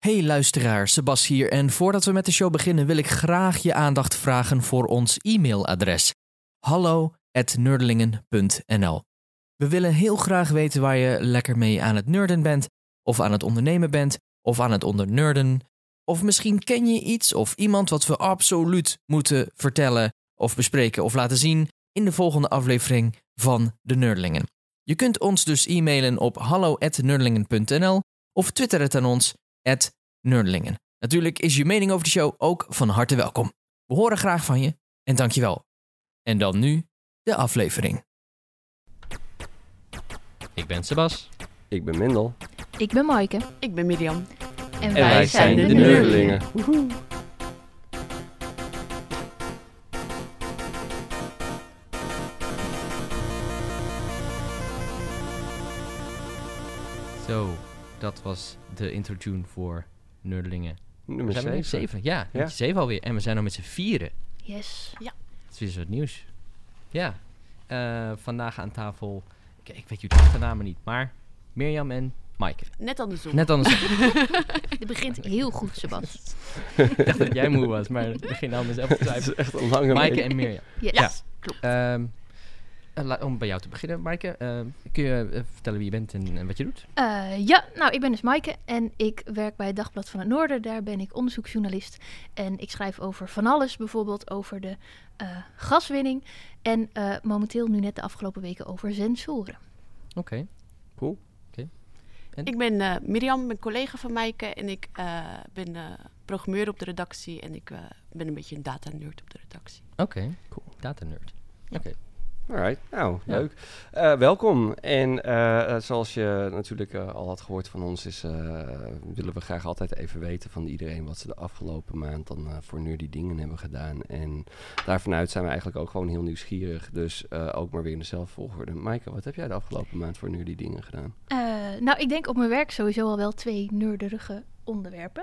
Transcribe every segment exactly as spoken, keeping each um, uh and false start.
Hey luisteraar, Sebas hier en voordat we met de show beginnen wil ik graag je aandacht vragen voor ons e-mailadres hallo at nerdelingen punt n l. We willen heel graag weten waar je lekker mee aan het nerden bent, of aan het ondernemen bent, of aan het ondernerden. Of misschien ken je iets of iemand wat we absoluut moeten vertellen of bespreken of laten zien in de volgende aflevering van de Nerdelingen. Je kunt ons dus e-mailen op hallo at nerdelingen punt n l of twitter het aan ons at nerdelingen. Natuurlijk is je mening over de show ook van harte welkom. We horen graag van je en dankjewel. En dan nu de aflevering. Ik ben Sebas. Ik ben Mendel. Ik ben Maaike. Ik ben Mirjam. En, En wij zijn de Nerdelingen. Woehoe. Zo, dat was de intro-tune voor Nerdelingen. Nummer Zijn we nu zeven. zeven? Ja, nummer zeven alweer. En we zijn al met z'n vieren. Yes. Dat is weer wat nieuws. Ja, uh, vandaag aan tafel... Ik, ik weet jullie achternamen niet, maar Mirjam en Maaike. Net andersom. Net andersom. Het begint heel goed, Sebas. Ik dacht dat jij moe was, maar het begint anders even te Het is twijfelen. echt een lange Maaike week. en Mirjam. Yes. Ja. Klopt. Um, uh, la- om bij jou te beginnen, Maaike. Uh, kun je uh, vertellen wie je bent en, en wat je doet? Uh, ja, nou, ik ben dus Maaike en ik werk bij het Dagblad van het Noorden. Daar ben ik onderzoeksjournalist. En ik schrijf over van alles, bijvoorbeeld over de uh, gaswinning. En uh, momenteel nu net de afgelopen weken over sensoren. Oké. Okay. Cool. Okay. En? Ik ben uh, Mirjam, ben collega van Maaike en ik uh, ben uh, programmeur op de redactie en ik uh, ben een beetje een data-nerd op de redactie. Oké, okay. Cool. Data-nerd. Oké. Okay. Alright, nou, Ja. leuk. Uh, welkom. En uh, zoals je natuurlijk uh, al had gehoord van ons, is, uh, willen we graag altijd even weten van iedereen wat ze de afgelopen maand dan uh, voor nerdy dingen hebben gedaan. En daarvanuit zijn we eigenlijk ook gewoon heel nieuwsgierig. Dus uh, ook maar weer in dezelfde volgorde. Maaike, wat heb jij de afgelopen maand voor nerdy dingen gedaan? Uh, nou, ik denk op mijn werk sowieso al wel twee nerderige onderwerpen.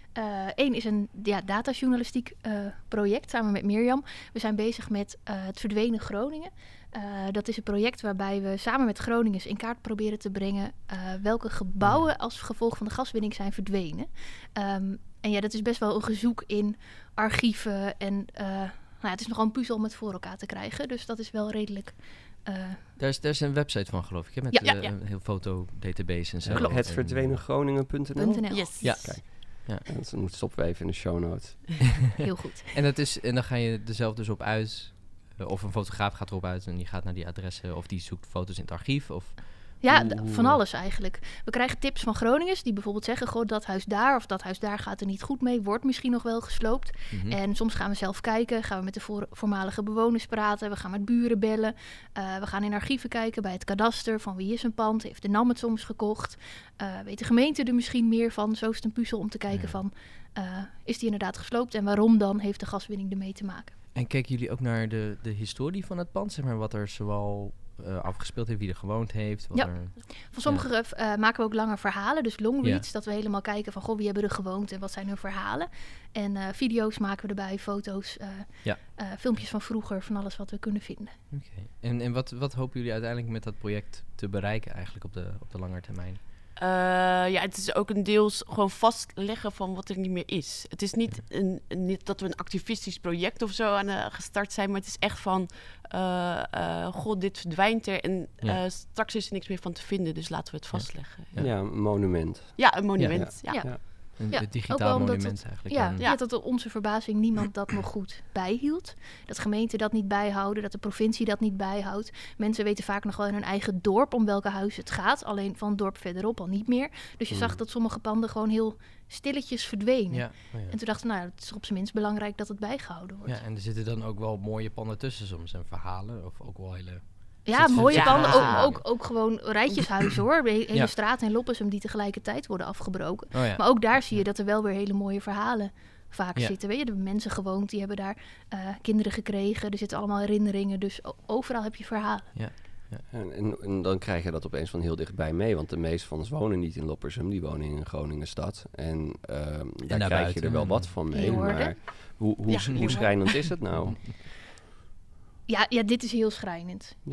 Eén uh, is een ja, datajournalistiek uh, project samen met Mirjam. We zijn bezig met uh, het verdwenen Groningen. Uh, dat is een project waarbij we samen met Groningers in kaart proberen te brengen uh, welke gebouwen als gevolg van de gaswinning zijn verdwenen. Um, en ja, dat is best wel een gezoek in archieven en uh, nou ja, het is nogal een puzzel om het voor elkaar te krijgen. Dus dat is wel redelijk... Uh, Daar is, daar is een website van, geloof ik, hè? Met ja, uh, ja, ja. een heel fotodatabase en zo. Ja, het verdwenen Groningen punt n l? Yes. Ja. Kijk. Ja. En dat moet stoppen we even in de show notes. Heel goed. En, dat is, en dan ga je er zelf dus op uit, uh, of een fotograaf gaat erop uit en die gaat naar die adressen, of die zoekt foto's in het archief, of... Ja, d- van alles eigenlijk. We krijgen tips van Groningers die bijvoorbeeld zeggen... goh, dat huis daar of dat huis daar gaat er niet goed mee... wordt misschien nog wel gesloopt. Mm-hmm. En soms gaan we zelf kijken, gaan we met de voor- voormalige bewoners praten... we gaan met buren bellen, uh, we gaan in archieven kijken bij het kadaster... van wie is een pand, heeft de N A M het soms gekocht... Uh, weet de gemeente er misschien meer van? Zo is het een puzzel om te kijken ja. van... Uh, is die inderdaad gesloopt en waarom dan heeft de gaswinning ermee te maken? En kijken jullie ook naar de, de historie van het pand? Zeg maar wat er zoal... Uh, afgespeeld heeft, wie er gewoond heeft. Wat ja. er, van sommige ja. uh, maken we ook lange verhalen, dus long reads, ja. dat we helemaal kijken van, goh, wie hebben er gewoond en wat zijn hun verhalen. En uh, video's maken we erbij, foto's, uh, ja. uh, filmpjes van vroeger, van alles wat we kunnen vinden. Oké. Okay. En, en wat, wat hopen jullie uiteindelijk met dat project te bereiken eigenlijk op de, op de lange termijn? Uh, ja, het is ook een deels gewoon vastleggen van wat er niet meer is. Het is niet, een, niet dat we een activistisch project of zo aan uh, gestart zijn, maar het is echt van, uh, uh, god, dit verdwijnt er en ja. uh, straks is er niks meer van te vinden, dus laten we het vastleggen. Ja, ja een monument. Ja, een monument. Ja. Ja. Ja. Ja. Een ja, digitaal monument het, eigenlijk. Ja, en, ja, dat tot onze verbazing niemand dat nog goed bijhield. Dat gemeenten dat niet bijhouden, dat de provincie dat niet bijhoudt. Mensen weten vaak nog wel in hun eigen dorp om welke huis het gaat. Alleen van het dorp verderop al niet meer. Dus je mm. zag dat sommige panden gewoon heel stilletjes verdwenen. Ja, oh ja. En toen dachten we, nou, het is op zijn minst belangrijk dat het bijgehouden wordt. Ja, en er zitten dan ook wel mooie panden tussen soms en verhalen. Of ook wel hele... Ja, mooie ja. panden. Ook, ook, ook gewoon rijtjeshuizen hoor. Hele ja. straten in Loppersum die tegelijkertijd worden afgebroken. Oh ja. Maar ook daar zie je dat er wel weer hele mooie verhalen vaak ja. zitten. Weet je, er hebben mensen gewoond, die hebben daar uh, kinderen gekregen. Er zitten allemaal herinneringen. Dus overal heb je verhalen. Ja. Ja. En, en, en dan krijg je dat opeens van heel dichtbij mee. Want de meeste van ons wonen niet in Loppersum. Die wonen in een Groningen stad. En uh, daar en krijg buiten, je er wel wat van mee. Maar hoe, hoe, ja, hoe schrijnend is het nou? Ja, ja, dit is heel schrijnend. Ja. ja.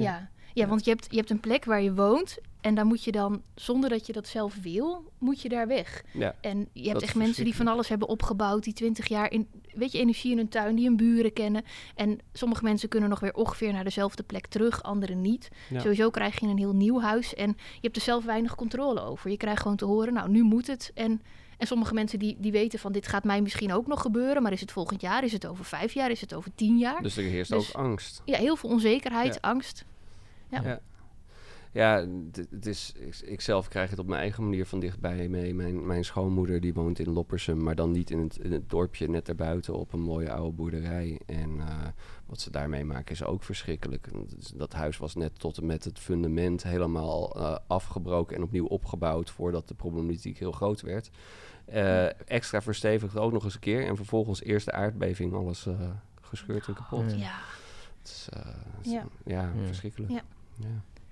Ja, want je hebt, je hebt een plek waar je woont en daar moet je dan, zonder dat je dat zelf wil, moet je daar weg. Ja. En je hebt is echt mensen die van alles hebben opgebouwd, die twintig jaar in, weet je, energie in hun tuin, die hun buren kennen. En sommige mensen kunnen nog weer ongeveer naar dezelfde plek terug, anderen niet. Ja. Sowieso krijg je een heel nieuw huis en je hebt er zelf weinig controle over. Je krijgt gewoon te horen, nou, nu moet het. En, en sommige mensen die, die weten van, dit gaat mij misschien ook nog gebeuren, maar is het volgend jaar, is het over vijf jaar, is het over tien jaar? Dus er heerst Dus- ook angst. Ja, heel veel onzekerheid, Ja. angst. Ja. Ja. Ja, d- het is, ik, ik zelf krijg het op mijn eigen manier van dichtbij mee. Mijn, mijn schoonmoeder die woont in Loppersum, maar dan niet in het, in het dorpje net daarbuiten op een mooie oude boerderij. En uh, wat ze daar meemaken is ook verschrikkelijk. En dat is- Dat huis was net tot en met het fundament helemaal uh, afgebroken en opnieuw opgebouwd voordat de problematiek heel groot werd. Uh, extra verstevigd ook nog eens een keer en vervolgens eerste aardbeving, alles uh, gescheurd en kapot. Ja. Ja. Het is, uh, het is- Ja. ja, Ja. verschrikkelijk. Ja. Ja.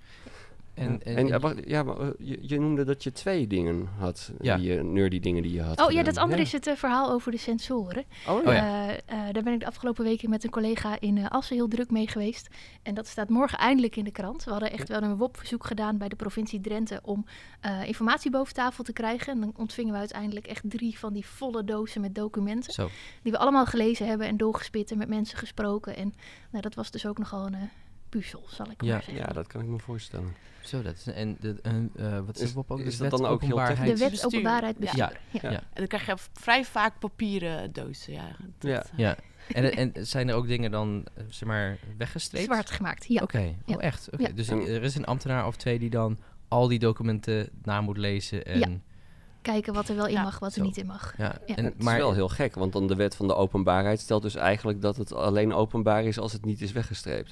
En, Ja. en, En, en- eh, wacht, ja, maar, eh, je, je noemde dat je twee dingen had. Ja. Die, je- nerdy dingen die je had. Oh ja, gedaan. dat andere is het eh, verhaal over de sensoren. Oh Oh ja. ja. Eh, eh, daar ben ik de afgelopen weken met een collega in eh, Assen heel druk mee geweest. En dat staat morgen eindelijk in de krant. We hadden echt wel een W O P-verzoek gedaan bij de provincie Drenthe om eh, informatie boven tafel te krijgen. En dan ontvingen we uiteindelijk echt drie van die volle dozen met documenten. Zo. Die we allemaal gelezen hebben en doorgespit en met mensen gesproken. En nou, dat was dus ook nogal een eh, puzzel, zal ik Ja. maar zeggen. Ja, dat kan ik me voorstellen. Zo, dat is... En de, en, eh, wat is, Is- de W O P ook? is De dat wet dan ook heel openbaarheid? De wet Bestuur. openbaarheid Ja. bestuur. Ja. Ja. Ja. En dan krijg je vrij vaak papieren dozen. Ja, dat, Ja. eh, Ja. En, en zijn er ook dingen dan, eh, zeg maar, weggestreept? Zwart gemaakt, ja. Oké, Ja. oh echt? Oké. Ja. Dus En- er is een ambtenaar of twee die dan al die documenten na moet lezen en... Ja. Kijken wat er wel in Ja, mag, wat zo. er niet in mag. Ja, Ja. En, Het is maar wel heel gek, want dan de wet van de openbaarheid stelt dus eigenlijk dat het alleen openbaar is als het niet is weggestreept.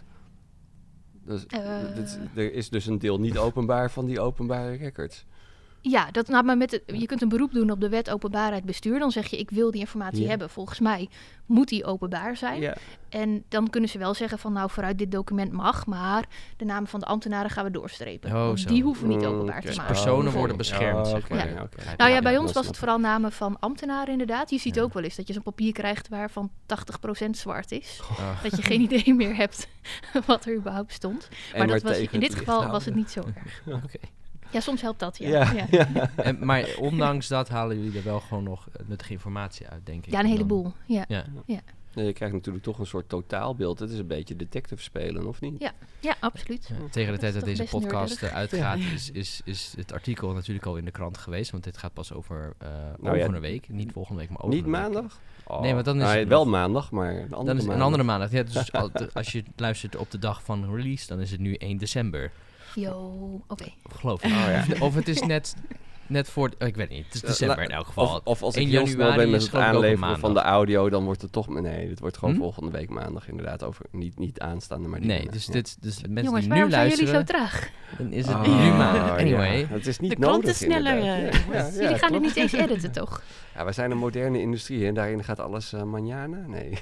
Dus Eh. dit- er is dus een deel niet openbaar van die openbare records. Ja, dat, nou, maar met het, je kunt een beroep doen op de wet openbaarheid bestuur. Dan zeg je, ik wil die informatie Ja. hebben. Volgens mij moet die openbaar zijn. Ja. En dan kunnen ze wel zeggen van, nou, vooruit dit document mag, maar de namen van de ambtenaren gaan we doorstrepen. Oh, Want zo. die hoeven niet Mm, openbaar oké. te maken. personen bijvoorbeeld. worden beschermd, zeg oké, maar. oké. Begrijp Nou ja, ik. bij Ja, ons dat was snap het ik. vooral namen van ambtenaren inderdaad. Je ziet Ja. ook wel eens dat je zo'n papier krijgt waarvan tachtig procent zwart is. Ah. Dat je geen idee meer hebt wat er überhaupt stond. En Maar dat was, tegen in dit het geval licht was het houden. niet zo erg. Oké. Ja, soms helpt dat, ja. Ja, Ja. ja. En, maar ondanks dat halen jullie er wel gewoon nog eh, nuttige informatie uit, denk ik. Ja, een En dan- heleboel. Ja. Ja. Nee, je krijgt natuurlijk toch een soort totaalbeeld. Het is een beetje detective spelen, of niet? Ja, absoluut. Ja, tegen de Dat tijd is dat toch deze best podcast nerdig. eh, uitgaat, is, is, is het artikel natuurlijk al in de krant geweest. Want dit gaat pas over, eh, Nou ja, over een week. Niet volgende week, maar over Niet een week. maandag? Oh. Nee, want dan is Nou, het wel nog- maandag, maar een andere Dan is het een maandag. andere maandag. Ja, dus al- de- als je luistert op de dag van release, dan is het nu één december. Yo, oké. Geloof ik. Oh, ja. Of, of het is net, net voor... ik weet niet. Het is Eh, december la- in elk geval. Of, of als ik één heel snel januari ben met is het geloof ik ook een aanleveren van de maandag. audio, dan wordt het toch... Nee, het wordt gewoon Hm? volgende week maandag inderdaad over... Niet, niet aanstaande, maar die nee, daarna, dus, ja. dit, dus de mensen Jongens, die nu waarom zijn jullie zo luisteren, traag? dan is het Oh, nu maandag. ja. Anyway. Het is niet De klant nodig, is sneller, inderdaad. eh, Ja, ja, ja, jullie gaan klopt. het niet eens editen, toch? Ja, wij zijn een moderne industrie en daarin gaat alles uh, manjana. Nee.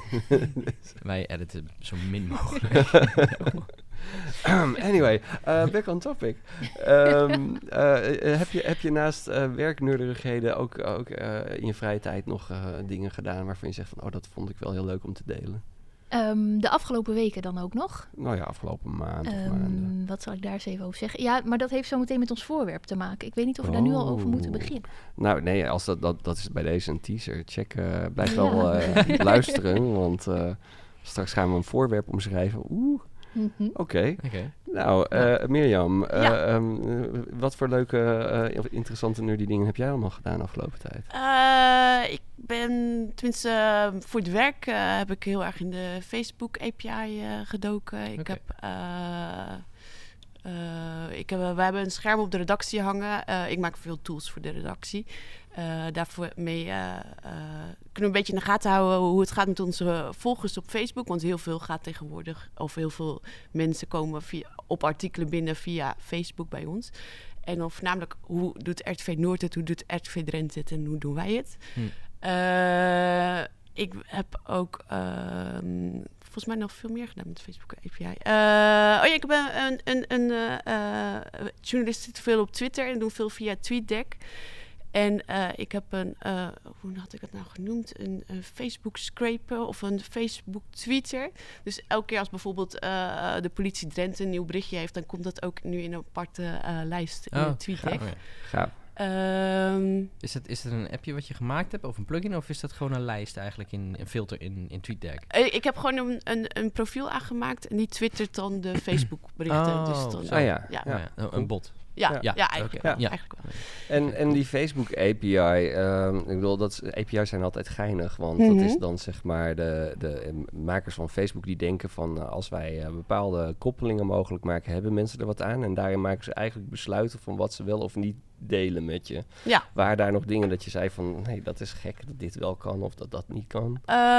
Wij editen zo min mogelijk. Anyway, uh, back on topic. Um, uh, heb, je, heb je naast uh, werknurderigheden ook, ook uh, in je vrije tijd nog uh, dingen gedaan waarvan je zegt van... oh, dat vond ik wel heel leuk om te delen? Um, de afgelopen weken dan ook nog. Nou ja, afgelopen maand of Um, maanden. wat zal ik daar eens even over zeggen? Ja, maar dat heeft zo meteen met ons voorwerp te maken. Ik weet niet of we daar nu al over moeten Oh. beginnen. Nou nee, als dat, dat, dat is bij deze een teaser. Check, uh, blijf Ja. wel uh, luisteren, want uh, straks gaan we een voorwerp omschrijven. Oeh, Mhm. oké. Okay. Oké. Nou, uh, Mirjam, uh, Ja. um, uh, wat voor leuke, uh, of interessante nerdy dingen heb jij allemaal gedaan de afgelopen tijd? Uh, ik ben, tenminste uh, voor het werk uh, heb ik heel erg in de Facebook A P I uh, gedoken. Ik Oké. heb, uh, uh, ik heb, we hebben een scherm op de redactie hangen. Uh, ik maak veel tools voor de redactie. Uh, daarvoor mee uh, uh, kunnen we een beetje in de gaten houden hoe het gaat met onze volgers op Facebook. Want heel veel gaat tegenwoordig, of heel veel mensen komen via, op artikelen binnen via Facebook bij ons. En dan voornamelijk, hoe doet R T V Noord het, hoe doet R T V Drenthe het en hoe doen wij het? Hm. Uh, ik heb ook uh, volgens mij nog veel meer gedaan met Facebook A P I. Uh, oh ja, ik heb een, een, een, een uh, uh, journalist zit veel op Twitter en doen veel via TweetDeck. En uh, ik heb een, uh, hoe had ik het nou genoemd? Een, een Facebook scraper of een Facebook tweeter. Dus elke keer als bijvoorbeeld uh, de politie Drenthe een nieuw berichtje heeft, dan komt dat ook nu in een aparte uh, lijst in Oh, de TweetDeck. gaaf. Gaaf. Um, Is het, is het een appje wat je gemaakt hebt of een plugin? Of is dat gewoon een lijst eigenlijk in een filter in, in TweetDeck? ik heb gewoon een, een, een profiel aangemaakt en die twittert dan de Facebook berichten. Oh, dus dan, Ah ja. ja. Ja, ja, een bot. Ja, Ja. ja. ja, eigenlijk, Oké, wel, ja. eigenlijk wel. En, en die Facebook A P I, um, ik bedoel, dat is- A P I's zijn altijd geinig, want Mhm. dat is dan zeg maar de, de eh, makers van Facebook die denken van uh, als wij uh, bepaalde koppelingen mogelijk maken, hebben mensen er wat aan. En daarin maken ze eigenlijk besluiten van wat ze wel of niet delen met je. Ja. Waren daar nog dingen dat je zei van, nee, dat is gek dat dit wel kan of dat dat niet kan?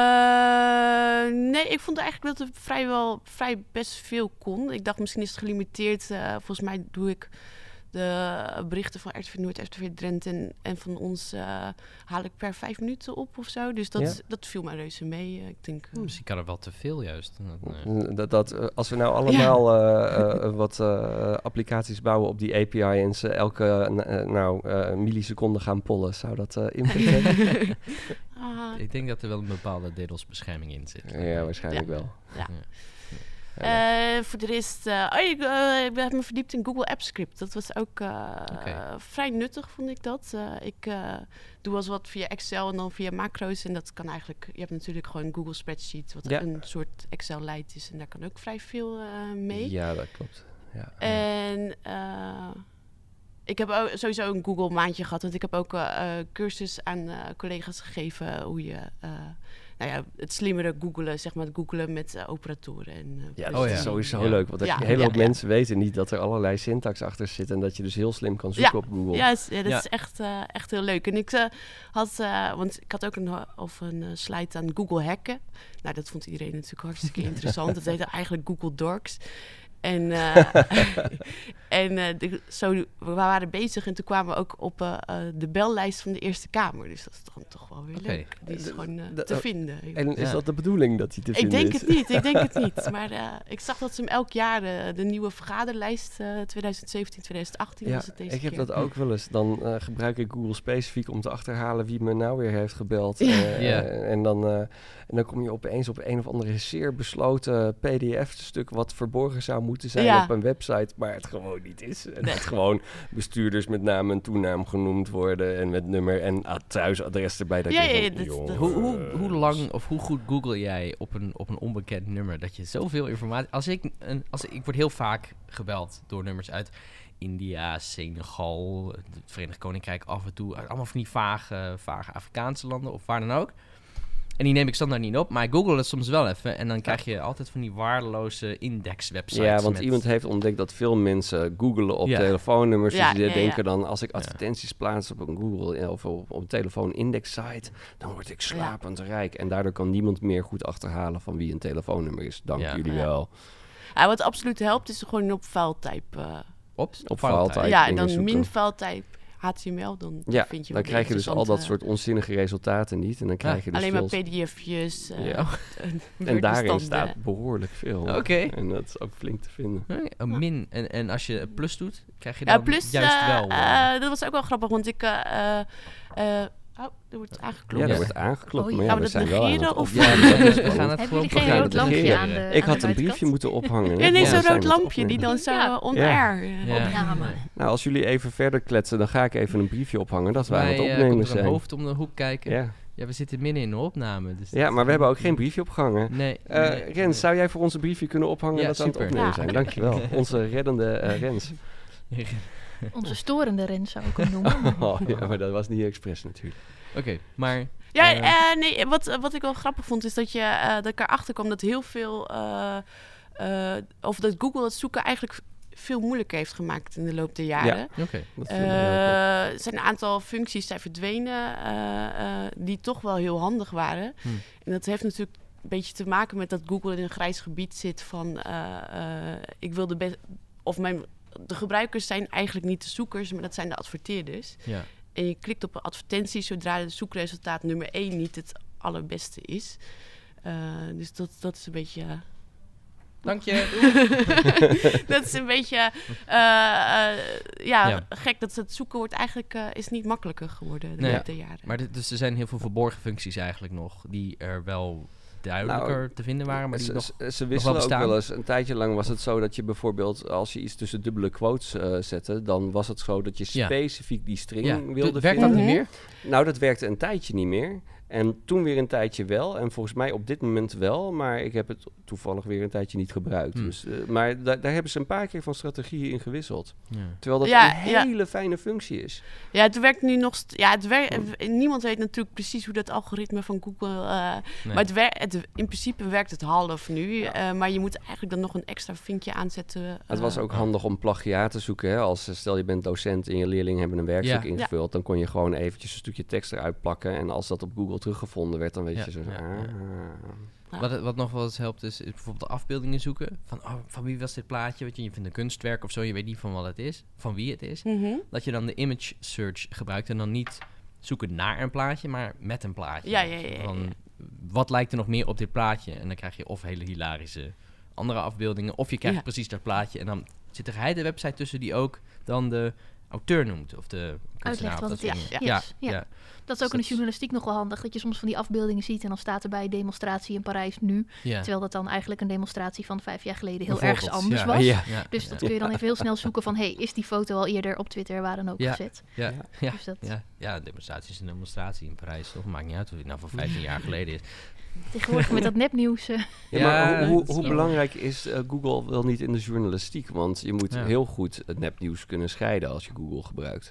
Uh, nee, ik vond eigenlijk dat er vrijwel vrij best veel kon. Ik dacht misschien is het gelimiteerd. Uh, volgens mij doe ik de berichten van R T V Noord, R T V Drenthe en, en van ons uh, haal ik per vijf minuten op of zo. Dus dat, Ja. dat viel mij reuze mee. Uh, ik denk, uh, Misschien kan er wel te veel juist. Dat, nee. Dat, dat, uh, als we nou allemaal uh, uh, wat uh, applicaties bouwen op die A P I en ze elke uh, nou, uh, milliseconde gaan pollen, zou dat uh, impact hebben? ah, Ik denk dat er wel een bepaalde DDoS-bescherming in zit. Ja, waarschijnlijk Ja. wel. ja. Ja. Uh, voor de rest, uh, oh, ik, uh, ik heb me verdiept in Google Apps Script. Dat was ook uh, Oké. vrij nuttig, vond ik dat. Uh, ik uh, doe wel eens wat via Excel en dan via macro's. En dat kan eigenlijk, je hebt natuurlijk gewoon Google Spreadsheet, wat Ja. een soort Excel-lite is. En daar kan ook vrij veel uh, mee. Ja, dat klopt. Ja. En uh, ik heb ook sowieso een Google maandje gehad. Want ik heb ook uh, uh, cursus aan uh, collega's gegeven hoe je uh, nou ja, het slimmere googelen, zeg maar, het googelen met uh, operatoren. En, uh, Ja, dat Oh, is ja. sowieso Ja. leuk. Want dat Ja, een hele hoop ja, ja. mensen weten niet dat er allerlei syntax achter zit en dat je dus heel slim kan zoeken Ja. op Google. Ja, is- ja, dat Ja. is echt, uh, echt heel leuk. En ik uh, had, uh, want ik had ook een, of een uh, slide aan Google hacken. Nou, dat vond iedereen natuurlijk hartstikke interessant. Dat heette eigenlijk Google Dorks. En, uh, en uh, de, zo, we waren bezig en toen kwamen we ook op uh, uh, de bellijst van de Eerste Kamer. Dus dat is dan toch wel weer Oké. leuk. Die is Eh, gewoon uh, dat- te oh, vinden. En is Ja. dat de bedoeling dat hij te Ik vinden denk is? het niet, ik denk het niet. Maar uh, ik zag dat ze hem elk jaar, uh, de nieuwe vergaderlijst uh, twintig zeventien twintig achttien Ja, was het deze ik heb keer. dat ook wel eens. Dan uh, gebruik ik Google specifiek om te achterhalen wie me nou weer heeft gebeld. Ja. Uh, Ja. uh, en, dan, uh, en dan kom je opeens op een of andere zeer besloten P D F-stuk wat verborgen zou moeten zijn Ja. op een website, maar het gewoon niet is. En Nee. dat gewoon bestuurders met naam en toenaam genoemd worden en met nummer en ah, thuisadres erbij. Dat Ja, je ja, denkt, ja, dat- jongens. dat- Hoe, hoe, hoe lang of hoe goed google jij op een, op een onbekend nummer dat je zoveel informatie... Als ik, een, als ik, ik word heel vaak gebeld door nummers uit India, Senegal, het Verenigd Koninkrijk af en toe. Allemaal van die vage, vage Afrikaanse landen of waar dan ook. En die neem ik standaard niet op, maar ik google het soms wel even. En dan krijg je altijd van die waardeloze index-websites. Ja, want met- iemand heeft ontdekt dat veel mensen googelen op Ja. telefoonnummers. Ja, dus die ja, ja. denken dan, als ik advertenties plaats op een Google eh, of op, op een telefoon-index-site, dan word ik slapend rijk. En daardoor kan niemand meer goed achterhalen van wie een telefoonnummer is. Dank Ja. jullie Ja. wel. Ja, wat absoluut helpt is gewoon op filetype. Uh, op, op file filetype. type. ja, en dingen dan zoeken. min filetype H T M L, dan Ja, vind je dan wel krijg je dus al dat interessante- soort onzinnige resultaten niet. En dan krijg je dus alleen maar veel... P D F'jes. Uh, Ja. En daarin staat behoorlijk veel. Oké. En dat is ook flink te vinden. Nee, een min. En, en als je plus doet, krijg je Ja, dan plus, juist uh, wel... eh, uh, dat was ook wel grappig, want ik... Uh, uh, uh, oh, er wordt Ja, aangeklopt. daar wordt aangeklopt. Oh, ja. maar ja, Gaan we we dat zijn wel aan het negeren of- op- Ja, dat is we gaan spannend. het Hebben gewoon jullie geen gaan rood het lampje negeren. aan de Ik aan had de een buitenkant? briefje moeten ophangen. Ja, nee, Ja, zo'n we zijn rood aan het lampje die dan opnemen. zo Ja. uh, on Ja. air... uh, Ja. Opname. Nou, als jullie even verder kletsen, dan ga ik even een briefje ophangen dat wij aan het Mij, eh, opnemen komt er een zijn. hoofd om de hoek kijken. Ja, Ja. we zitten midden in de opname. Dus ja, dat- maar we hebben ook geen briefje opgehangen. Nee. Eh nee, Rens, zou jij voor ons een briefje kunnen ophangen Ja, dat we aan het super. opnemen Ja. zijn? Dankjewel. Onze reddende eh, Rens. nee. Onze storende Rens zou ik hem noemen. Oh, ja, maar dat was niet expres natuurlijk. Oké, maar... Ja, Eh. eh, nee, wat, wat ik wel grappig vond is dat, je, eh, dat ik erachter kwam dat heel veel... uh, uh, of dat Google het zoeken eigenlijk veel moeilijker heeft gemaakt in de loop der jaren. Oké. Dat Uh, vinden we ook wel. er zijn een aantal functies zijn verdwenen uh, uh, die toch wel heel handig waren. Hm. En dat heeft natuurlijk een beetje te maken met dat Google in een grijs gebied zit van... Uh, uh, ik wil de best... Of mijn, de gebruikers zijn eigenlijk niet de zoekers, maar dat zijn de adverteerders. Ja. En je klikt op een advertentie zodra het zoekresultaat nummer één niet het allerbeste is. Uh, dus dat, dat is een beetje... Uh, Dank je. Dat is een beetje uh, uh, ja, Ja. gek. Dat het zoeken wordt eigenlijk uh, is niet makkelijker geworden de Nee. laatste jaren. Maar dit- dus er zijn heel veel verborgen functies eigenlijk nog die er wel duidelijker Nou, te vinden waren, maar die ze, nog... ze- ze wisselen ook bestaan. wel eens. Een tijdje lang was het zo dat je bijvoorbeeld, als je iets tussen dubbele quotes eh, zette, dan was het zo dat je Ja. specifiek die string Ja, wilde werkt vinden. dat niet Mhm. meer? Nou, dat werkte een tijdje niet meer. En toen weer een tijdje wel. En volgens mij op dit moment wel. Maar ik heb het toevallig weer een tijdje niet gebruikt. Hmm. Dus, eh, maar da- daar hebben ze een paar keer van strategieën in gewisseld. Ja. Terwijl dat Ja, een ja. hele fijne functie is. Ja, het werkt nu nog... st- Ja, het werkt, niemand weet natuurlijk precies hoe dat algoritme van Google... uh, Nee. Maar het wer- het, in principe werkt het half nu. uh, maar je moet eigenlijk dan nog een extra vinkje aanzetten. uh, Het was ook handig om plagiaat te zoeken. Hè? Als, eh, stel je bent docent en je leerlingen hebben een werkstuk Ja. ingevuld. Dan kon je gewoon eventjes een stukje tekst eruit plakken. En als dat op Google teruggevonden werd, dan weet Ja, je zo... ja, ja. ah. Wat, wat nog wel eens helpt is, is bijvoorbeeld de afbeeldingen zoeken. Van, oh, van wie was dit plaatje? Weet je, je vindt een kunstwerk of zo, je weet niet van wat het is, van wie het is. Mhm. Dat je dan de image search gebruikt en dan niet zoeken naar een plaatje, maar met een plaatje. Ja, ja, ja, ja, Van, ja. wat lijkt er nog meer op dit plaatje? En dan krijg je of hele hilarische andere afbeeldingen, of je krijgt Ja. precies dat plaatje. En dan zit er geheide website tussen die ook dan de auteur noemt, of de kunstenaar. Uitlegt of wat dat het soort is. dingen. Yes, ja, ja. ja. Dat is ook Dus in de dat is- journalistiek nog wel handig. Dat je soms van die afbeeldingen ziet en dan staat erbij demonstratie in Parijs nu. ja. Terwijl dat dan eigenlijk een demonstratie van vijf jaar geleden heel Bijvoorbeeld, ergens anders ja. was. Ja. Ja, Dus ja. dat kun je dan even heel snel zoeken van... hey, is die foto al eerder op Twitter waar dan ook Ja. gezet? Ja, ja, Dus dat, ja, ja, een demonstratie is een demonstratie in Parijs, toch? Maakt niet uit of het nou van vijftien jaar geleden is. Tegenwoordig met dat nepnieuws... eh, Ja, Ja, maar hoe, hoe, dat is hoe wel- belangrijk is eh, Google wel niet in de journalistiek? Want je moet Ja. heel goed het nepnieuws kunnen scheiden als je Google gebruikt.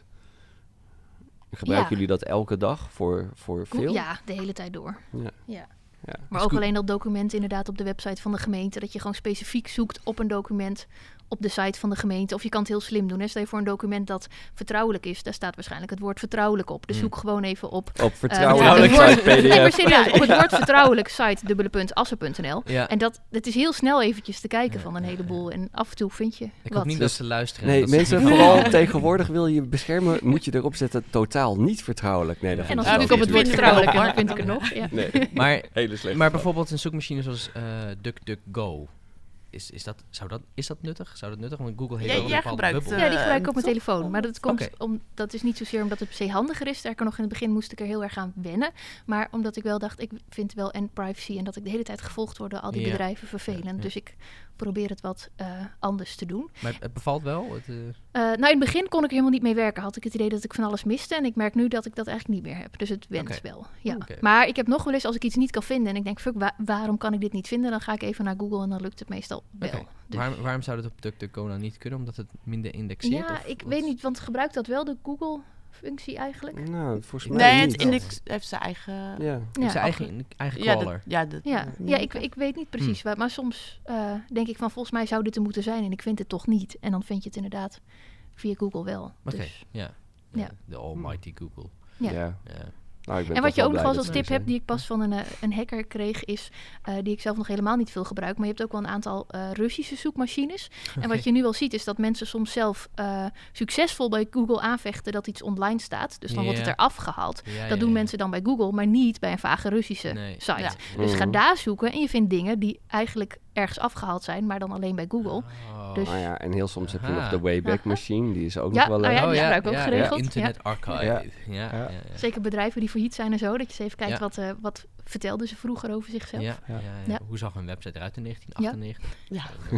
Gebruiken Ja. jullie dat elke dag voor, voor Go- veel? Ja, de hele tijd door. Ja. Ja. Ja. Maar ook alleen dat document inderdaad op de website van de gemeente. Dat je gewoon specifiek zoekt op een document op de site van de gemeente. Of je kan het heel slim doen. Hè. Stel je voor een document dat vertrouwelijk is. Daar staat waarschijnlijk het woord vertrouwelijk op. Dus Mm. zoek gewoon even op... Op eh, vertrouwelijk het woord- site P D F. Nee, maar serieus, op het woord vertrouwelijk site dubbele punt assen punt n l. Ja. En dat, het is heel snel eventjes te kijken Ja, van een ja, heleboel. En af en toe vind je Ik wat. hoop niet Dus- dat ze luisteren. Nee, dat ze- mensen, vooral tegenwoordig wil je beschermen, moet je erop zetten totaal niet vertrouwelijk. Nee, dat En En dan Ja, zoek ik dat op het is woord weer- vertrouwelijk en dan vind ik het nog. Ja. Nee, Maar, hele slecht. maar bijvoorbeeld een zoekmachine zoals eh DuckDuckGo. Is, is, dat, zou dat, is dat nuttig? Zou dat nuttig? Want Google heeft Jij- ook een jij bepaalde gebruikt, bubbel. eh, Ja, die gebruik ik op mijn toch? telefoon. Maar dat komt Oké. om, dat is niet zozeer omdat het per se handiger is. Sterker nog, in het begin moest ik er heel erg aan wennen. Maar omdat ik wel dacht, ik vind wel en privacy en dat ik de hele tijd gevolgd word door al die Ja. bedrijven vervelend. Ja, ja. Dus ik probeer het wat eh, anders te doen. Maar het bevalt wel? Het, eh, Eh, nou, in het begin kon ik er helemaal niet mee werken. Had ik het idee dat ik van alles miste. En ik merk nu dat ik dat eigenlijk niet meer heb. Dus het went Oké. wel. Ja. Oké. Maar ik heb nog wel eens, als ik iets niet kan vinden en ik denk, fuck, wa- waarom kan ik dit niet vinden? Dan ga ik even naar Google en dan lukt het meestal wel. Oké. Dus- Waarom, waarom zou dat op DuckDuckGo nou niet kunnen? Omdat het minder indexeert? ja, of ik wat? weet niet, want gebruikt dat wel de Google-functie eigenlijk? Nou, volgens Nee, mij Nee, niet. het index heeft zijn eigen... Ja. Ja, Zijn alge- eigen, eigen Ja, crawler. dat, ja, dat, Ja, dat- ja ik, ik weet niet precies waar, maar soms eh, denk ik van volgens mij zou dit er moeten zijn en ik vind het toch niet. En dan vind je het inderdaad via Google wel. Oké, Dus, ja. Ja. ja. De almighty Google. Ja. Ja. Ja. Nou, ik ben en toch wat je ook nog blij wel eens dat als ze tip er hebt, die ik pas van een, eh, een hacker kreeg, is eh, die ik zelf nog helemaal niet veel gebruik. Maar je hebt ook wel een aantal eh, Russische zoekmachines. En wat je nu wel ziet, is dat mensen soms zelf eh, succesvol bij Google aanvechten dat iets online staat. Dus dan wordt het Ja. eraf gehaald. Ja, ja, Dat doen ja. mensen dan bij Google, maar niet bij een vage Russische Nee. site. Ja. Dus ga Mhm. daar zoeken en je vindt dingen die eigenlijk ergens afgehaald zijn, maar dan alleen bij Google. Oh. Dus- Nou ja, en heel soms heb je Aha. nog de Wayback Aha. Machine, die is ook Ja, nog wel nou leuk. ja, die gebruik ik ook geregeld. Internet Archive. Ja. Ja. Ja. Ja. Ja. Ja. Zeker bedrijven die failliet zijn en zo, dat je eens even kijkt Ja. wat, eh, wat vertelden ze vroeger over zichzelf. Ja, ja, Ja. ja. Ja. Hoe zag een website eruit in negentien achtennegentig? Ja. Ja.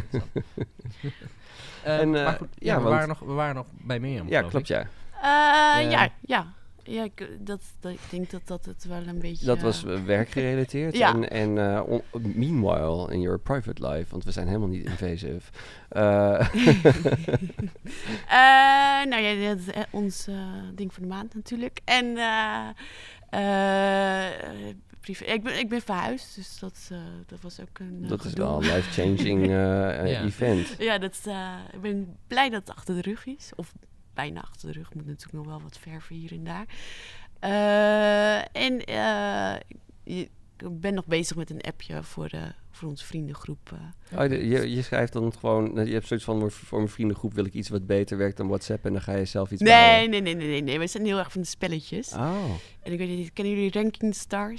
Eh, En, eh, maar goed, ja, ja, we, want- waren nog, we waren nog bij Mirjam. Ja, geloof klopt, ik. ja. Eh, Ja. ja, ja. Ja, ik, dat, dat, ik denk dat dat het wel een beetje... Dat was eh, werkgerelateerd. Ja. En, en eh, on- meanwhile, in your private life, want we zijn helemaal niet invasive. Eh, Eh, nou ja, dat is eh, ons eh, ding van de maand natuurlijk. En eh, eh, privé, ik, ben, ik ben verhuisd, dus dat, eh, dat was ook een eh, dat is gedoe. wel een life-changing eh, eh, Ja. event. Ja, dat, is, eh, ik ben blij dat het achter de rug is. Of bijna achter de rug. Moet natuurlijk nog wel wat verven hier en daar. Eh, en eh, je- ik ben nog bezig met een appje voor, de, voor onze vriendengroep. eh. Oh, de- je, je schrijft dan gewoon, je hebt zoiets van, voor mijn vriendengroep wil ik iets wat beter werkt dan WhatsApp en dan ga je zelf iets Nee, bouwen. nee, nee, nee, nee, nee. We zijn heel erg van de spelletjes. Oh, En ik weet niet, kennen jullie Ranking Stars?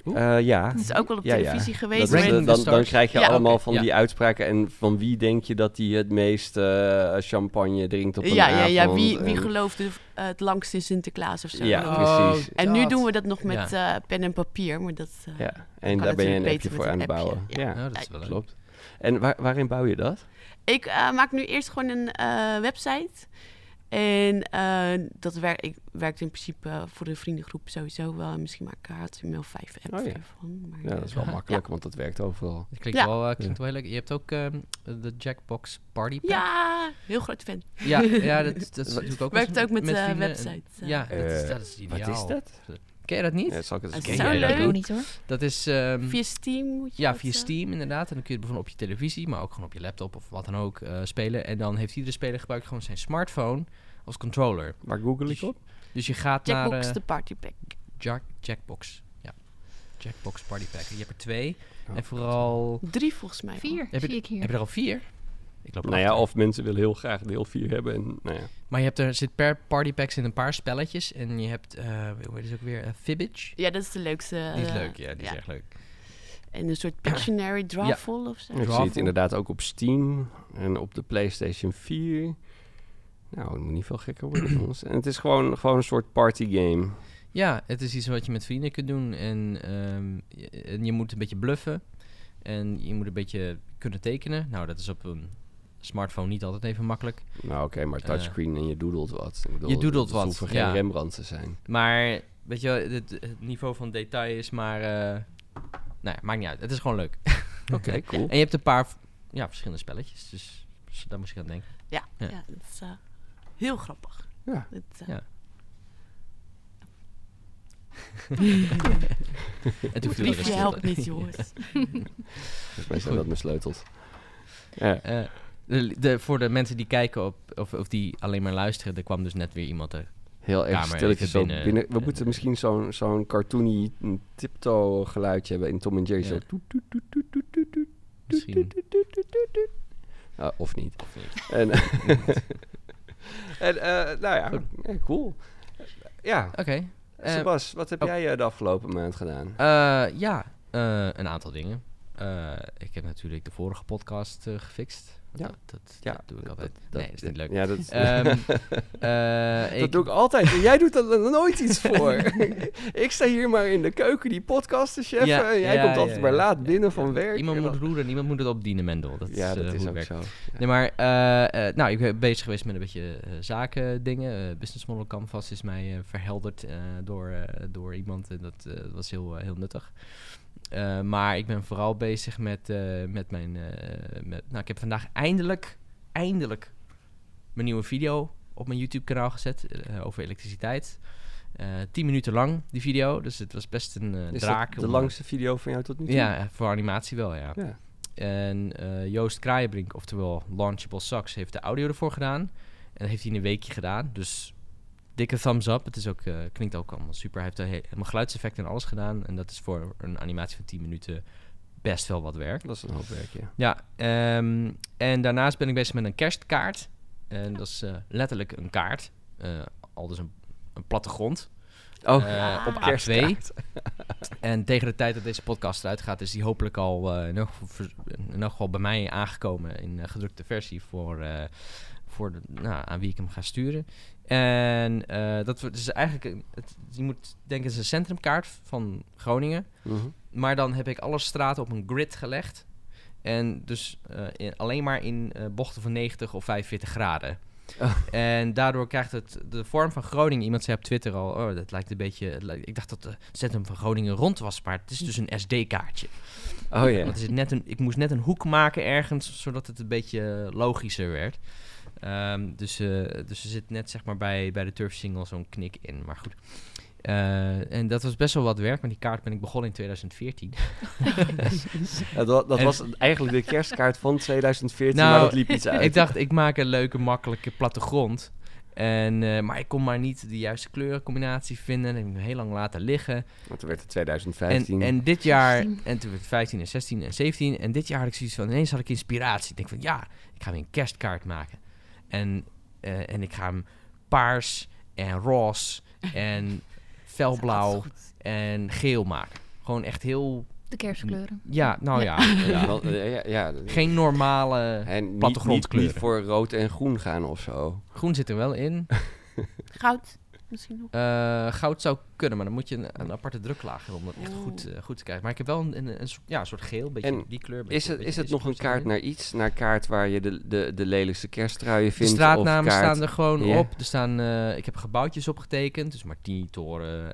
Uh, ja. Het is ook wel op Ja, ja. televisie Dat geweest. is, maar uh, Ranking dan, the dan Stars. krijg je Ja, allemaal oké, van ja. die uitspraken. En van wie denk je dat die het meest uh, champagne drinkt op een ja, avond? ja, ja, wie, wie en- geloofde uh, het langst in Sinterklaas of zo. Ja, Oh, precies. En nu dat. doen we dat nog met Ja. uh, pen en papier, maar dat... Uh, Ja, en kan daar ben je een natuurlijk appje beter voor met aan een het appje. bouwen. Ja. Ja, Ja, dat is wel leuk. klopt. En waar, waarin bouw je dat? Ik uh, maak nu eerst gewoon een uh, website. En uh, dat werk, ik werkt in principe uh, voor de vriendengroep sowieso wel. Misschien maak ik er H T M L vijf app Oh ja. van. Maar, Ja, dat is wel Ja. makkelijk, want dat werkt overal. Dat klinkt, Ja. wel, uh, klinkt wel heel leuk. Je hebt ook um, de Jackbox Party Pack. Ja, heel groot fan. Ja, ja dat, dat doe ik ook wel eens Werkt ook met, uh, vrienden. website. Uh, Ja, dat is, Eh, dat is ideaal. Wat is dat? Ken je dat niet? Ja, zal ik het eens Dat is Ken zo jij dat leuk. ook? ook niet hoor. Dat is... um, Via Steam moet je ja, dat, via uh, Steam inderdaad. En dan kun je het bijvoorbeeld op je televisie, maar ook gewoon op je laptop of wat dan ook uh, spelen. En dan heeft iedere speler gebruikt gewoon zijn smartphone als controller. Waar google ik Dus- op? Dus je gaat Jackbox, naar... uh, de party pack. Jack, Jackbox. Ja. Jackbox Party Pack. Je hebt er twee. Oh, en vooral... Drie volgens mij. Vier Heb zie je- ik hier. Heb je er al vier? Ik loop Nou ja, achter. of mensen willen heel graag deel vier hebben. En, nou ja. Maar je hebt er zit per partypack zit een paar spelletjes. En je hebt, uh, hoe heet het ook weer, uh, Fibbage. Ja, dat is de leukste. Die is uh, leuk, ja, die is echt leuk. En een soort Pictionary Drawful of zo. Ik zie Drawful. het inderdaad ook op Steam en op de PlayStation vier. Nou, het moet niet veel gekker worden van ons. En het is gewoon, gewoon een soort partygame. Ja, het is iets wat je met vrienden kunt doen. En, ehm, je, en je moet een beetje bluffen. En je moet een beetje kunnen tekenen. Nou, dat is op een smartphone niet altijd even makkelijk. Nou oké, maar touchscreen en je doodelt wat. Ik bedoel, Je doodelt het wat, hoeven geen ja. Rembrandt te zijn. Maar, weet je wel, het, het niveau van detail is maar... Uh, nou ja, maakt niet uit. Het is gewoon leuk. Oké, okay, cool. En je hebt een paar ja, verschillende spelletjes. Dus, dus daar moest ik aan denken. Ja, Ja. ja. dat is uh, heel grappig. Ja. Dat, uh, Ja. En toen viel er Liefje stil. helpt niet, jongens. Volgens mij zijn dat mijn sleutels. Ja. Uh, de, de, voor de mensen die kijken op, of, of die alleen maar luisteren, er kwam dus net weer iemand er. Heel erg Kamer stilletjes zo even binnen. binnen. We moeten misschien zo'n zo'n cartoony mm, tiptoe geluidje hebben in Tom en Jerry. Ja. Zo. toet, toet, toet, toet, toet, toet, toet. Misschien. Toet, toet, toet, toet, toet, toet. Ah, of niet. Of niet. En, en uh, nou ja, ja, cool. Ja, Oké. Okay. Uh, Sebas, wat heb oh. jij uh, de afgelopen maand gedaan? Uh, ja, uh, een aantal dingen. Uh, ik heb natuurlijk de vorige podcast uh, gefixt. Ja. Dat, dat, Ja, dat doe ik dat- altijd. dat- nee, dat is niet leuk. Ja, dat, is- Um, uh, dat ik, doe ik altijd. En jij doet er nooit iets voor. Ik sta hier maar in de keuken die podcast te cheffen. Ja, en jij ja, komt ja, altijd ja, maar ja. laat binnen Ja, van werk. Iemand En moet dan- roeren, iemand moet het opdienen, Mendel. Dat Ja, is, dat uh, is hoe ook het werkt. zo. Ja. Nee, maar uh, uh, nou, ik ben bezig geweest met een beetje uh, zakendingen. Uh, Business Model Canvas is mij uh, verhelderd uh, door, uh, door iemand. En dat, uh, dat was heel, uh, heel nuttig. Uh, maar ik ben vooral bezig met, uh, met mijn... Uh, met, nou, ik heb vandaag eindelijk, eindelijk mijn nieuwe video op mijn YouTube-kanaal gezet uh, over elektriciteit. Uh, tien minuten lang, die video. Dus het was best een uh, Is draak. dat de om- langste video van jou tot nu toe? Ja, voor animatie wel, ja. Ja. En uh, Joost Kraaienbrink, oftewel Launchable Socks, heeft de audio ervoor gedaan. En dat heeft hij in een weekje gedaan. Dus dikke thumbs up. Het is ook, uh, klinkt ook allemaal super. Hij heeft er he- helemaal geluidseffecten en alles gedaan. En dat is voor een animatie van tien minuten best wel wat werk. Dat is een hoop werk, ja. Ja, um, en daarnaast ben ik bezig met een kerstkaart. En dat is uh, letterlijk een kaart. Uh, al dus een, een plattegrond. Oh, Uh, op A twee. kerstkaart. En tegen de tijd dat deze podcast eruit gaat, is die hopelijk al uh, in, elk geval, vers- in elk geval bij mij aangekomen in uh, gedrukte versie voor, uh, voor de, nou, aan wie ik hem ga sturen. En uh, dat wordt dus eigenlijk, een- het, je moet denken, het is een centrumkaart van Groningen. Mhm. Maar dan heb ik alle straten op een grid gelegd. En dus uh, in, alleen maar in uh, bochten van negentig of vijfenveertig graden. Oh. En daardoor krijgt het de vorm van Groningen. Iemand zei op Twitter al, oh, dat lijkt een beetje... het lijkt- ik dacht dat het centrum van Groningen rond was, maar het is dus een S D-kaartje. Oh ja. Want er zit net een, ik moest net een hoek maken ergens, zodat het een beetje logischer werd. Ehm, dus, uh, dus er zit net zeg maar bij, bij de Turf Single zo'n knik in. Maar goed. Uh, en dat was best wel wat werk, want die kaart ben ik begonnen in twintig veertien. Ja, dat dat En- was eigenlijk de kerstkaart van twintig veertien, Nou, maar dat liep iets uit. Ik dacht, ik maak een leuke, makkelijke plattegrond. En, uh, maar ik kon maar niet de juiste kleurencombinatie vinden. En ik heb hem heel lang laten liggen. Want toen werd het twintig vijftien. En, en dit jaar, zestien. en toen werd het vijftien en zestien en zeventien. En dit jaar had ik zoiets van, ineens had ik inspiratie. Ik denk van, ja, ik ga weer een kerstkaart maken. En, uh, en ik ga hem paars en roze en felblauw en geel maken. Gewoon echt heel... De kerstkleuren. Ja, nou ja. ja. Ja, wel, eh, ja, ja. Geen normale En niet, niet, plattegrondkleuren. niet voor rood en groen gaan of zo. Groen zit er wel in. Goud misschien nog. Uh, goud zou kunnen, maar dan moet je een, een aparte druklaag hebben om dat echt Oeh. goed, uh, goed te krijgen. Maar ik heb wel een, een, een, soort, ja, een soort geel, een beetje En die kleur. Beetje, Is het, beetje is het deze nog een kleur kaart zit erin. naar iets? Naar kaart waar je de, de, de lelijkste kersttruien De vindt? straatnamen of kaart... staan er gewoon Ja. op. Er staan, uh, ik heb gebouwtjes opgetekend. Dus Martini Toren,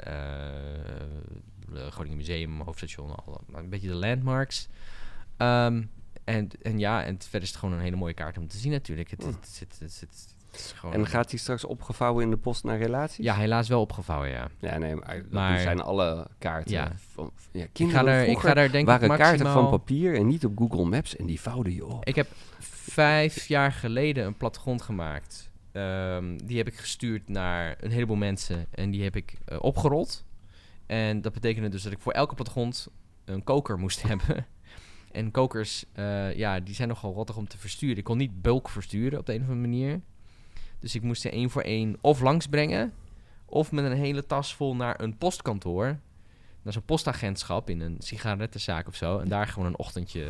uh, Groningen Museum, Hoofdstation, al, een beetje de landmarks. Um, en, en ja, en verder is het gewoon een hele mooie kaart om te zien natuurlijk. Het, het, het, het, het, het, het is gewoon, En gaat die straks opgevouwen in de post naar relaties? ja, helaas wel opgevouwen, ja. Ja, nee, maar dat Maar- zijn alle kaarten. Ja. Van, ja, Ik ga kinderen er, ik vroeger ga er denk ik waren maximaal... kaarten van papier en niet op Google Maps en die vouwden je op. Ik heb vijf jaar geleden een plattegrond gemaakt. Um, die heb ik gestuurd naar een heleboel mensen en die heb ik uh, opgerold. En dat betekende dus dat ik voor elke plattegrond een koker moest hebben. En kokers, uh, ja, die zijn nogal rottig om te versturen. Ik kon niet bulk versturen op de een of andere manier. Dus ik moest ze één voor één of langsbrengen, of met een hele tas vol naar een postkantoor. Naar zo'n postagentschap in een sigarettenzaak of zo. En daar gewoon een ochtendje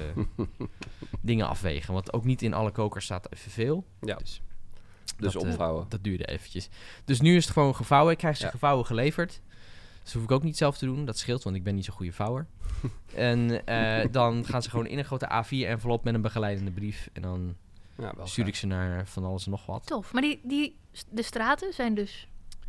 dingen afwegen. Want ook niet in alle kokers staat evenveel. Ja. Dus, Dus dat, uh, opvouwen. dat duurde eventjes. Dus nu is het gewoon gevouwen. Ik krijg ze Ja. gevouwen geleverd. Dat hoef ik ook niet zelf te doen. Dat scheelt, want ik ben niet zo'n goede vouwer. En uh, dan gaan ze gewoon in een grote A vier envelop met een begeleidende brief. En dan Ja, wel stuur ik gaaf. ze naar van alles en nog wat. Tof. Maar die, die, de straten zijn dus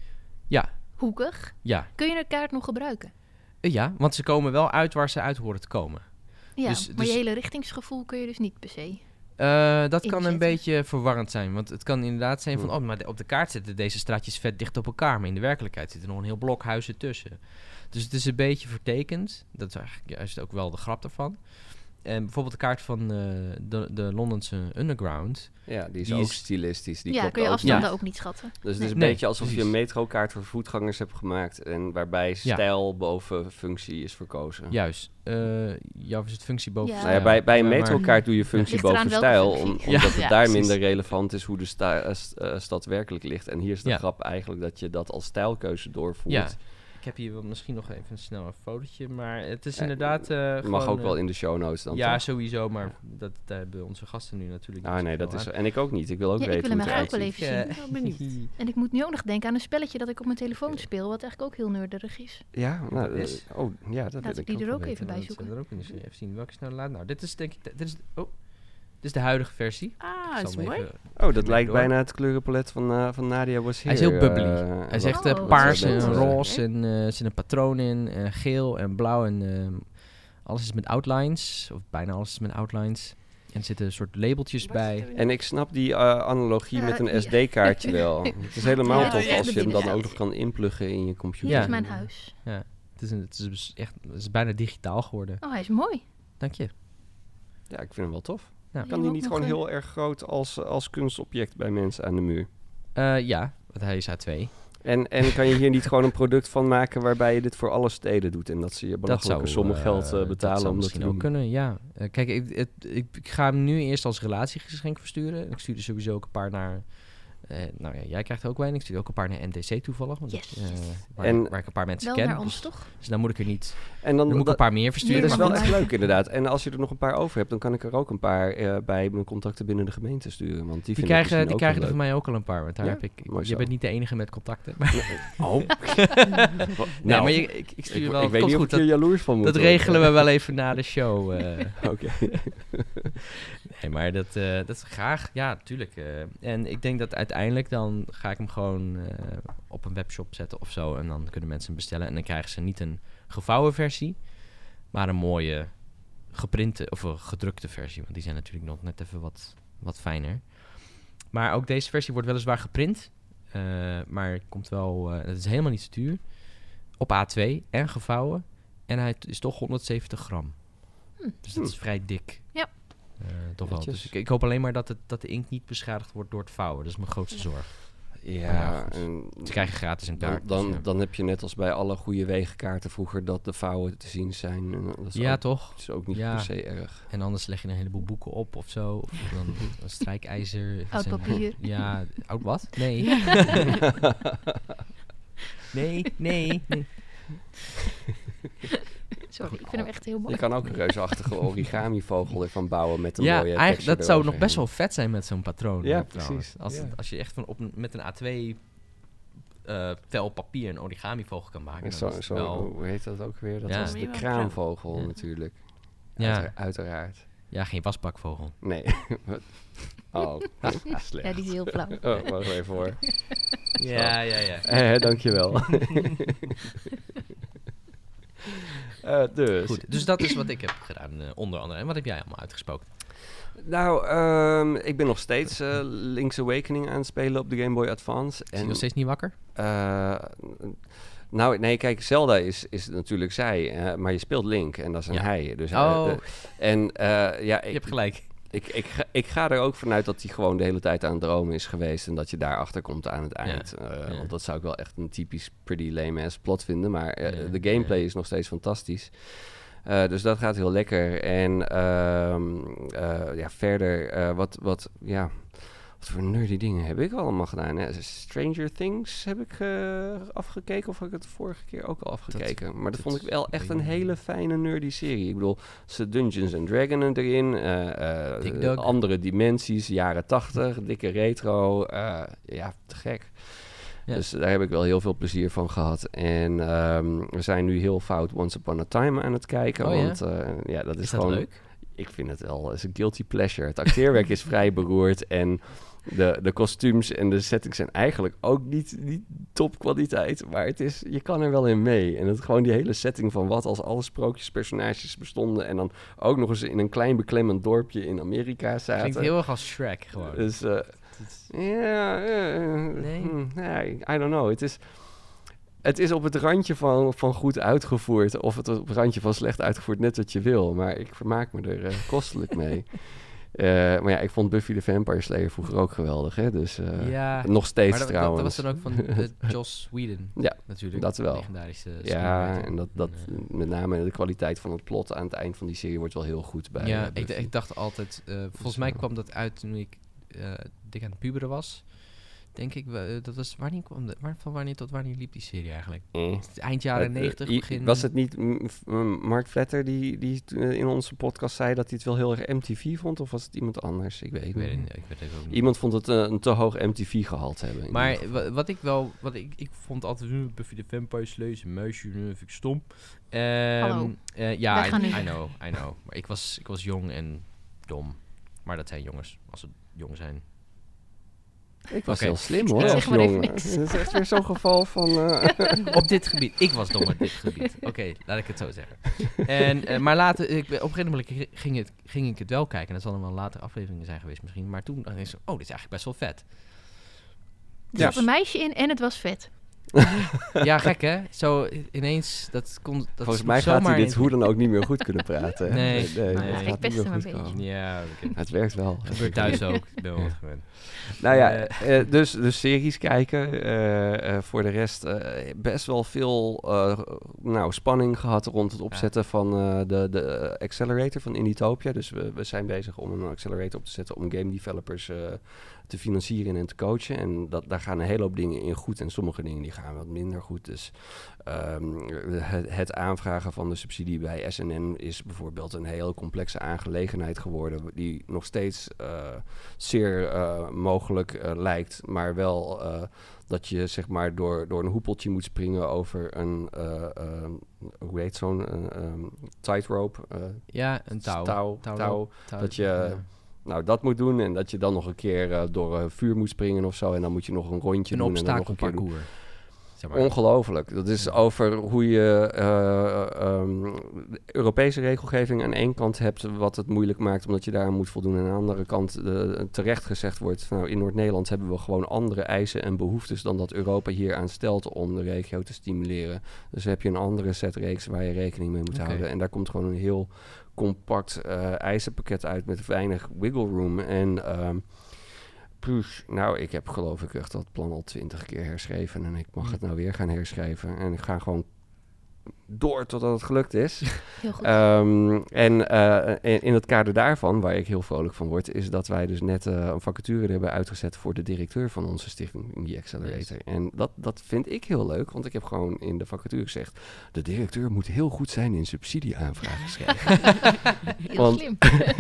Ja, hoekig. ja. Kun je de kaart nog gebruiken? Uh, ja, want ze komen wel uit waar ze uit horen te komen. Ja, Dus- maar dus- je hele richtingsgevoel kun je dus niet per se. Uh, dat kan Inzetten. een beetje verwarrend zijn. Want het kan inderdaad zijn van... Hmm. oh, maar de- op de kaart zitten deze straatjes vet dicht op elkaar. Maar in de werkelijkheid zit er nog een heel blok huizen tussen. Dus het is een beetje vertekend. Dat is eigenlijk juist ook wel de grap ervan. En bijvoorbeeld de kaart van uh, de, de Londense Underground. Ja, die is Die ook is- stilistisch. Die ja, klopt kun je ook. afstanden Ja. ook niet schatten. Dus het is Nee. een Nee, beetje alsof je precies. een metrokaart voor voetgangers hebt gemaakt. En waarbij Ja. stijl boven functie is verkozen. Juist. Uh, ja, is het functie boven Ja. Nou ja, bij, bij een maar- metrokaart doe je functie Ligt eraan boven welke stijl. functie. om- Ja. omdat het Ja, daar precies. minder relevant is hoe de sta- eh, st- eh, stad werkelijk ligt. En hier is de Ja. grap eigenlijk dat je dat als stijlkeuze doorvoert. Ja. Ik heb hier wel misschien nog even snel een fotootje. Maar het is Eh, inderdaad... Uh, Mag gewoon, ook wel uh, in de show notes dan. ja, toch? sowieso. Maar dat daar hebben onze gasten nu natuurlijk Ah niet nee, zoveel dat is... aan. En ik ook niet. Ik wil ook Ja, ik weten wil hoe hem het eigenlijk eruit ook wel ziet. even zien. Eh, benieuwd. En ik moet nu ook nog denken aan een spelletje dat ik op mijn telefoon speel, wat eigenlijk ook heel nerderig is. Ja, nou, Dat eh, is- oh, ja, dat Laat wil ik ik die ook er wel ook weten. even bij Dat zoeken. er ook in de serie. Even zien welke snel laat. Nou, dit is denk ik... Dit is, oh, dit is de huidige versie. Ah, Ik dat zal is hem mooi. even- Oh, dat even lijkt door. bijna het kleurenpalet van, eh, van Nadia Was Hij is Here. heel bubbly. eh, Hij wat- zegt Oh, uh, wat paars zou en dat, eh, roze en eh, er zit een patroon in, en geel en blauw en ehm, alles is met outlines, of bijna alles is met outlines. En er zitten een soort labeltjes bij. En ik snap die uh, analogie Uh, met een ja. S D-kaartje wel. Het is helemaal Ja, tof ja, als de je hem dan binnenkant. ook nog kan inpluggen in je computer. Hier Ja. is mijn huis. Het is, een, het is dus echt, het is bijna digitaal geworden. Oh, hij is mooi. Dank je. Ja, ik vind hem wel tof. Ja. Kan die niet gewoon heel erg groot als, als kunstobject bij mensen aan de muur? Uh, ja, want hij is A twee. En, en kan je hier niet gewoon een product van maken waarbij je dit voor alle steden doet en dat ze je Dat belachelijke zou somme uh, geld uh, betalen dat zou om dat te misschien doen? ook kunnen, ja. Uh, kijk, ik, het, ik, ik ga hem nu eerst als relatiegeschenk versturen. Ik stuur er sowieso ook een paar naar... Uh, nou ja, jij krijgt er ook wel een. Ik stuur ook een paar naar N D C toevallig. Want Yes. ik, uh, waar, En- waar ik een paar mensen Wel ken. naar ons, dus, toch? dus dan moet ik er niet... En dan, Dan moet ik een dat, paar meer versturen. dat is maar wel goed. echt leuk inderdaad. En als je er nog een paar over hebt, dan kan ik er ook een paar uh, bij mijn contacten binnen de gemeente sturen. Want die, Die vind krijgen, ik die misschien krijgen ook er van wel mij ook al een paar. Want daar Ja? heb ik... Mooi Je zo. bent niet de enige met contacten. Maar, leuk. Oh. nee, Nou, maar je, ik, ik stuur ik, wel... ik weet komt niet of goed, ik hier dat, jaloers van moet dat worden. regelen we wel even na de show. Uh. Oké. Nee, maar dat, uh, dat is graag. Ja, tuurlijk. Uh, en ik denk dat uiteindelijk dan ga ik hem gewoon uh, op een webshop zetten of zo. En dan kunnen mensen hem bestellen. En dan krijgen ze niet een gevouwen versie, maar een mooie geprinte of een gedrukte versie. Want die zijn natuurlijk nog net even wat, wat fijner. Maar ook deze versie wordt weliswaar geprint. Uh, maar komt wel... Uh, het is helemaal niet zo duur. Op A twee en gevouwen. En hij is toch honderdzeventig gram. Hm. Dus dat is Hm. vrij dik. Ja. Uh, toch wel. Netjes. Dus ik, ik hoop alleen maar dat, het, dat de inkt niet beschadigd wordt door het vouwen. Dat is mijn grootste zorg. Ja, Ja, goed. en Ze krijgen gratis een dan, kaart. dan, dus, ja. dan heb je net als bij alle goede wegenkaarten vroeger dat de vouwen te zien zijn. En dat is ja, ook, toch? dat is ook niet Ja. per se erg. En anders leg je een heleboel boeken op of zo. Of dan een strijkijzer. Het Oud zijn- papier. Ja, oud wat? Nee. nee, nee, nee. Zo Sorry, ik vind hem echt heel mooi. Je kan ook een reusachtige origami-vogel ervan bouwen met een Ja, mooie eigenlijk, texture dat zou nog eroverheen. best wel vet zijn met zo'n patroon. Ja, ook trouwens. precies. Als, Ja. het- als je echt van op een, met een A twee uh, vel papier een origami-vogel kan maken. Ja, dan zo, is het zo, wel... hoe heet dat ook weer? Dat Ja. was de Ja. kraanvogel Ja. natuurlijk. Ja. Uitera- uiteraard. Ja, geen wasbakvogel. Nee. oh, slecht. Ja, die is heel flauw. Oh, wacht even hoor. Ja, ja, ja. Eh, dankjewel. uh, dus. Goed, dus dat is wat ik heb gedaan, uh, onder andere. En wat heb jij allemaal uitgesproken? Nou, um, ik ben nog steeds uh, Link's Awakening aan het spelen op de Game Boy Advance. Is je nog steeds niet wakker? Uh, nou, nee, kijk, Zelda is, is natuurlijk zij, uh, maar je speelt Link en dat is een Ja. hij. Dus, Oh. uh, de, en uh, ja, Je ik, hebt gelijk. ik, ik, ga, ik ga er ook vanuit dat hij gewoon de hele tijd aan het dromen is geweest en dat je daarachter komt aan het eind. Uh, Ja. Want dat zou ik wel echt een typisch pretty lame-ass plot vinden, maar uh, Ja. de gameplay Ja. is nog steeds fantastisch. Uh, dus dat gaat heel lekker. En um, uh, ja, verder, uh, wat, wat, ja, wat voor nerdy dingen heb ik allemaal gedaan? Hè? Stranger Things heb ik uh, afgekeken, of heb ik het de vorige keer ook al afgekeken? Dat, maar dat, dat vond ik wel echt een hele fijne nerdy serie. Ik bedoel, ze Dungeons and Dragons erin, uh, uh, andere dimensies, jaren tachtig, dikke retro, uh, ja, te gek. Ja. Dus daar heb ik wel heel veel plezier van gehad. En um, we zijn nu heel fout Once Upon a Time aan het kijken. Oh, want ja? Uh, ja, dat is, is dat gewoon leuk? Ik vind het wel is een guilty pleasure. Het acteerwerk is vrij beroerd. En de, de kostuums en de settings zijn eigenlijk ook niet, niet topkwaliteit. Maar het is, je kan er wel in mee. En het gewoon die hele setting van wat als alle sprookjespersonages bestonden. En dan ook nog eens in een klein beklemmend dorpje in Amerika zaten. Klinkt heel erg als Shrek gewoon. Dus uh, ja, uh, nee? Hmm, nee, I don't know. Het is, het is op het randje van, van goed uitgevoerd. Of het op het randje van slecht uitgevoerd, net wat je wil. Maar ik vermaak me er uh, kostelijk mee. Uh, maar ja, ik vond Buffy the Vampire Slayer vroeger ook geweldig, hè? Dus uh, ja, nog steeds maar dat, trouwens. Dat, dat was dan ook van uh, Joss Whedon. Ja, natuurlijk. dat wel. Legendarische ja, en dat, dat en, uh, met name de kwaliteit van het plot aan het eind van die serie wordt wel heel goed bij. Ja, uh, ik, ik dacht altijd, uh, volgens mij kwam dat uit toen ik uh, dik aan het puberen was. Denk ik, uh, dat was, wanneer kwam de, waar, van wanneer tot wanneer liep die serie eigenlijk? Eh. Eind jaren negentig, uh, begin... Was het niet m- m- Mark Vletter die, die uh, in onze podcast zei dat hij het wel heel erg M T V vond? Of was het iemand anders? Ik weet het ik weet, niet. het, ik weet het ook niet. Iemand vond het uh, een te hoog M T V-gehalte hebben. Maar w- wat ik wel... Wat ik, ik vond altijd... Uh, Buffy the Vampire Slayer, een muisje, uh, vind ik stom. Um, Hallo. Uh, ja, Wij gaan I, nu I weg. know, I know. Maar ik was, ik was jong en dom. Maar dat zijn jongens, als ze jong zijn. Ik was Oké. heel slim hoor, Ik als zeg maar even jongen. niks. Het is echt weer zo'n geval van... Uh, Op dit gebied. Ik was dom op dit gebied. Oké, okay, laat ik het zo zeggen. En, uh, maar later, ik, op een gegeven moment ging, het, ging ik het wel kijken. En dat zal dan wel later afleveringen zijn geweest misschien. Maar toen dacht ik zo, oh, dit is eigenlijk best wel vet. Er zat een meisje in en het was vet. Ja, gek hè? Zo ineens, dat kon... Dat volgens mij gaat hij dit ineens... hoe dan ook niet meer goed kunnen praten. hè? Nee, nee, nee. dat Ja, gaat ik niet pest meer hem een goed beetje. komen. Ja, okay. Het werkt wel. Het gebeurt thuis ook. Ik ben wel wat gewend. Nou ja, uh, dus, dus series kijken. Uh, uh, voor de rest uh, best wel veel uh, nou, spanning gehad rond het opzetten ja. van uh, de, de accelerator van Inditopia. Dus we, we zijn bezig om een accelerator op te zetten om game developers uh, te financieren en te coachen. En dat, daar gaan een hele hoop dingen in goed en sommige dingen die gaan wat minder goed. Dus um, het, het aanvragen van de subsidie bij S N N is bijvoorbeeld een hele complexe aangelegenheid geworden die nog steeds uh, zeer uh, mogelijk uh, lijkt, maar wel uh, dat je zeg maar door, door een hoepeltje moet springen over een, uh, uh, hoe heet zo'n uh, um, tightrope? Uh, ja, een touw. Touw, touw, touw, touw dat je ja. nou dat moet doen en dat je dan nog een keer uh, door uh, vuur moet springen of zo en dan moet je nog een rondje een doen en dan nog een keer doen. Zeg maar. Ongelooflijk. Dat is over hoe je uh, um, Europese regelgeving aan één kant hebt wat het moeilijk maakt omdat je daaraan moet voldoen. En aan de andere kant uh, terecht gezegd wordt, nou, in Noord-Nederland hebben we gewoon andere eisen en behoeftes dan dat Europa hier aan stelt om de regio te stimuleren. Dus heb je een andere set reeks waar je rekening mee moet okay. houden. En daar komt gewoon een heel compact uh, eisenpakket uit met weinig wiggle room. En um, Plus, nou, ik heb geloof ik echt dat plan al twintig keer herschreven en ik mag het nou weer gaan herschrijven. En ik ga gewoon door totdat het gelukt is. Heel goed. Um, en uh, in, in het kader daarvan, waar ik heel vrolijk van word, is dat wij dus net uh, een vacature hebben uitgezet voor de directeur van onze stichting Indie Accelerator. Yes. En dat, dat vind ik heel leuk, want ik heb gewoon in de vacature gezegd, de directeur moet heel goed zijn in subsidieaanvragen schrijven. Heel want, slim.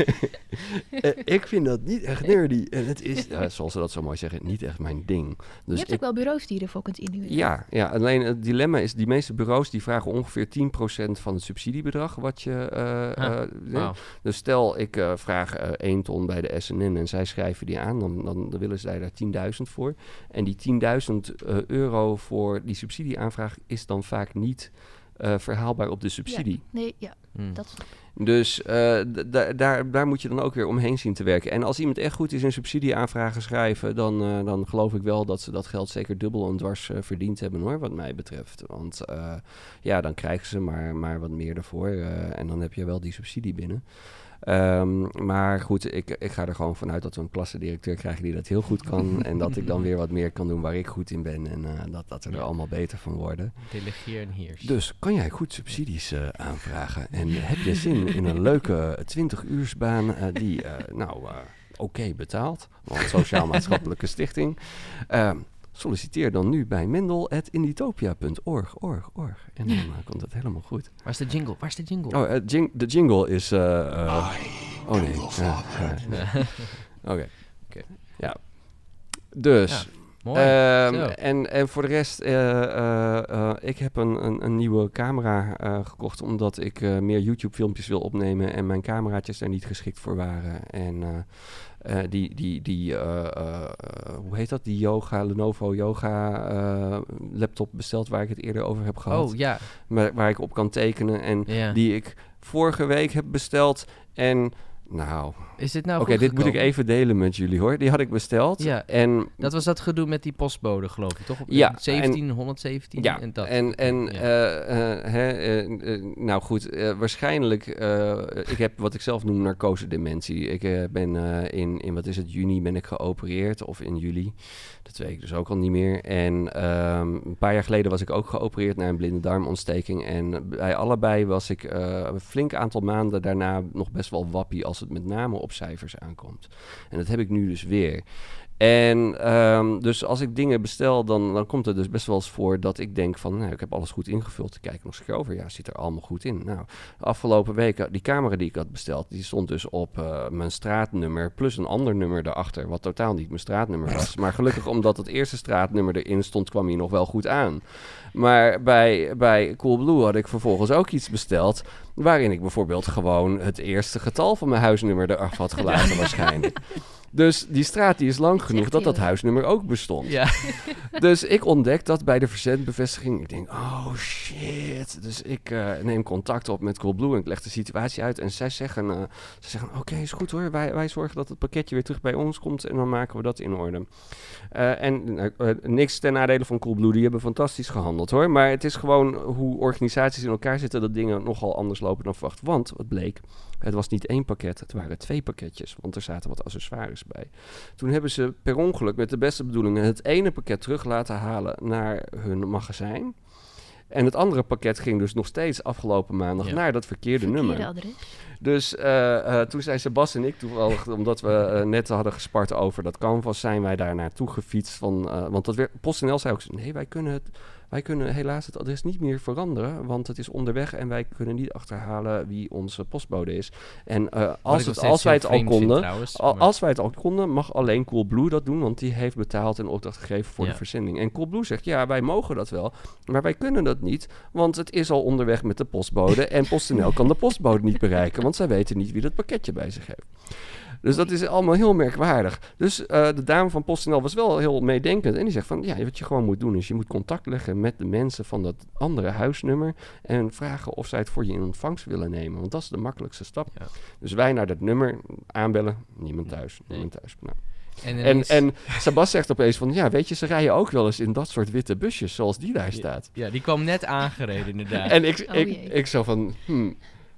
uh, ik vind dat niet echt nerdy. En het is, uh, zoals ze dat zo mooi zeggen, niet echt mijn ding. Dus je hebt ik, ook wel bureaus die je ervoor kunt inhuren. Ja, ja, alleen het dilemma is, die meeste bureaus die vragen ongeveer tien procent van het subsidiebedrag wat je... Uh, ah, uh, wow. Dus stel, ik uh, vraag uh, één ton bij de S N N en zij schrijven die aan, dan, dan, dan willen zij daar tienduizend voor. En die tienduizend uh, euro voor die subsidieaanvraag is dan vaak niet uh, verhaalbaar op de subsidie. Ja, nee, ja, Hmm. dat snap ik. Dus uh, d- d- daar, daar moet je dan ook weer omheen zien te werken. En als iemand echt goed is in subsidieaanvragen schrijven, dan, uh, dan geloof ik wel dat ze dat geld zeker dubbel en dwars uh, verdiend hebben, hoor, wat mij betreft. Want uh, ja, dan krijgen ze maar, maar wat meer ervoor uh, en dan heb je wel die subsidie binnen. Um, maar goed, ik, ik ga er gewoon vanuit dat we een klassedirecteur krijgen die dat heel goed kan. En dat ik dan weer wat meer kan doen waar ik goed in ben. En uh, dat, dat we er Ja. allemaal beter van worden. Delegeer en heers. Dus kan jij goed subsidies uh, aanvragen? En heb je zin in een leuke twintig-uursbaan uh, die uh, nou uh, oké okay betaalt? Want sociaal-maatschappelijke stichting. Uh, solliciteer dan nu bij mendel at inditopia punt org. Org, org. En dan uh, komt het helemaal goed. Waar is de jingle? Waar is de jingle? Oh, uh, jing- de jingle is... Uh, uh, oh nee. Uh, uh, Oké. Okay. Okay. Ja. Dus... Ja. Mooi. Um, en, en voor de rest, uh, uh, uh, ik heb een, een, een nieuwe camera uh, gekocht omdat ik uh, meer YouTube-filmpjes wil opnemen en mijn cameraatjes daar niet geschikt voor waren. En uh, uh, die, die, die uh, uh, hoe heet dat? Die yoga, Lenovo yoga uh, laptop besteld waar ik het eerder over heb gehad. Oh, ja. Waar, waar ik op kan tekenen en Ja. die ik vorige week heb besteld en... Nou, is dit nou oké, okay, dit moet ik even delen met jullie, hoor. Die had ik besteld. Ja, en dat was dat gedoe met die postbode, geloof ik, toch? Op ja, zeventien, en, honderdzeventien ja, en dat. en, en ja. uh, uh, hè, uh, uh, nou goed, uh, waarschijnlijk, uh, ik heb wat ik zelf noem narcose-dementie. Ik uh, ben uh, in, in, wat is het, juni ben ik geopereerd, of in juli. Dat weet ik dus ook al niet meer. En um, een paar jaar geleden was ik ook geopereerd naar een blinde darmontsteking. En bij allebei was ik uh, een flink aantal maanden daarna nog best wel wappie als het met name op cijfers aankomt. En dat heb ik nu dus weer. En um, dus als ik dingen bestel, dan, dan komt het dus best wel eens voor dat ik denk van, nou, ik heb alles goed ingevuld. Ik kijk nog eens over, ja, zit er allemaal goed in. Nou, de afgelopen weken, die camera die ik had besteld, die stond dus op uh, mijn straatnummer plus een ander nummer erachter, wat totaal niet mijn straatnummer was. Maar gelukkig, omdat het eerste straatnummer erin stond, kwam hij nog wel goed aan. Maar bij, bij Coolblue had ik vervolgens ook iets besteld, waarin ik bijvoorbeeld gewoon het eerste getal van mijn huisnummer eraf had gelaten waarschijnlijk. Dus die straat die is lang dat genoeg is dat dat heel huisnummer ook bestond. Ja. Dus ik ontdek dat bij de verzendbevestiging. Ik denk, oh shit. Dus ik uh, neem contact op met Coolblue en ik leg de situatie uit. En zij zeggen, uh, ze zeggen oké, okay, is goed hoor. Wij, wij zorgen dat het pakketje weer terug bij ons komt en dan maken we dat in orde. Uh, en uh, uh, niks ten nadele van Coolblue, die hebben fantastisch gehandeld hoor. Maar het is gewoon hoe organisaties in elkaar zitten dat dingen nogal anders lopen dan verwacht. Want, wat bleek, het was niet één pakket, het waren twee pakketjes. Want er zaten wat accessoires bij. Toen hebben ze per ongeluk met de beste bedoelingen het ene pakket terug laten halen naar hun magazijn. En het andere pakket ging dus nog steeds afgelopen maandag ja. naar dat verkeerde, Verkeerde nummer. adres. Dus uh, uh, toen zijn Sebas en ik toevallig, omdat we uh, net hadden gespart over dat canvas, zijn wij daar naartoe gefietst. Van, uh, want dat werd, PostNL zei ook, nee, wij kunnen, het, wij kunnen helaas het adres niet meer veranderen, want het is onderweg en wij kunnen niet achterhalen wie onze postbode is. En uh, als, het, als wij het al konden, trouwens, al, als wij het al konden, mag alleen Coolblue dat doen, want die heeft betaald en opdracht gegeven voor ja. de verzending. En Coolblue zegt, ja, wij mogen dat wel, maar wij kunnen dat niet, want het is al onderweg met de postbode en PostNL kan de postbode niet bereiken, want zij weten niet wie dat pakketje bij zich heeft. Dus dat is allemaal heel merkwaardig. Dus uh, de dame van PostNL was wel heel meedenkend. En die zegt van, ja, wat je gewoon moet doen is je moet contact leggen met de mensen van dat andere huisnummer en vragen of zij het voor je in ontvangst willen nemen. Want dat is de makkelijkste stap. Ja. Dus wij naar dat nummer aanbellen. Niemand thuis. Nee. Niemand thuis. Nou. En, En, ineens- en Sabas zegt opeens van, ja, weet je, ze rijden ook wel eens in dat soort witte busjes zoals die daar staat. ja, die kwam net aangereden inderdaad. En ik, Oh ik, jee. ik zo van, hmm.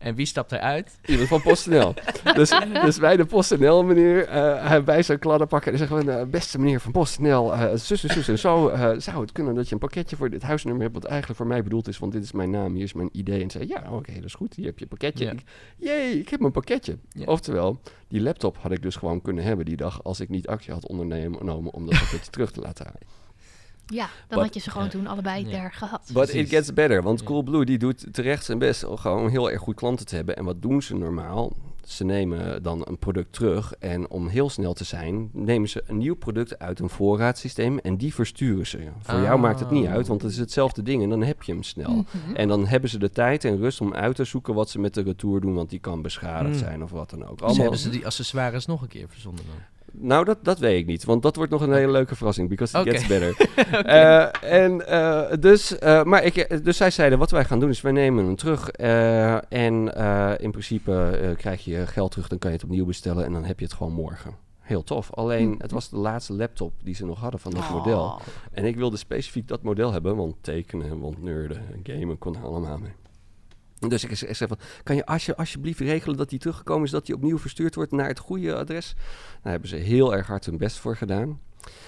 En wie stapt eruit? Iemand van PostNL. dus, dus bij de PostNL meneer, uh, bij zijn kladden pakken en zeggen we, uh, beste meneer van PostNL, uh, zus en zus en zo, uh, zou het kunnen dat je een pakketje voor dit huisnummer hebt, wat eigenlijk voor mij bedoeld is, want dit is mijn naam, hier is mijn idee. En zei, ja, oké, okay, dat is goed, hier heb je een pakketje. Ja. Ik, jee, ik heb een pakketje. Ja. Oftewel, die laptop had ik dus gewoon kunnen hebben die dag, als ik niet actie had ondernomen om dat pakketje terug te laten halen. Ja, dan But, had je ze gewoon ja. toen allebei ja. daar gehad. But it gets better, want Ja. Coolblue die doet terecht zijn best om gewoon heel erg goed klanten te hebben. En wat doen ze normaal? Ze nemen dan een product terug en om heel snel te zijn, nemen ze een nieuw product uit een voorraadsysteem en die versturen ze. Voor Oh. jou maakt het niet uit, want het is hetzelfde ding en dan heb je hem snel. Mm-hmm. En dan hebben ze de tijd en rust om uit te zoeken wat ze met de retour doen, want die kan beschadigd Mm. zijn of wat dan ook. Dus Allemaal, hebben ze die accessoires nog een keer verzonden dan? nou, dat, dat weet ik niet, want dat wordt nog een hele leuke verrassing, because it Oké. gets better. okay. uh, en uh, dus, uh, maar ik, dus zij zeiden, wat wij gaan doen is, wij nemen hem terug uh, en uh, in principe uh, krijg je geld terug, dan kan je het opnieuw bestellen en dan heb je het gewoon morgen. Heel tof. Alleen, het was de laatste laptop die ze nog hadden van dat Oh. model. En ik wilde specifiek dat model hebben, want tekenen, want nerden, gamen kon er allemaal mee. Dus ik zei van, kan je alsje, alsjeblieft regelen dat die teruggekomen is, dat die opnieuw verstuurd wordt naar het goede adres? Daar hebben ze heel erg hard hun best voor gedaan.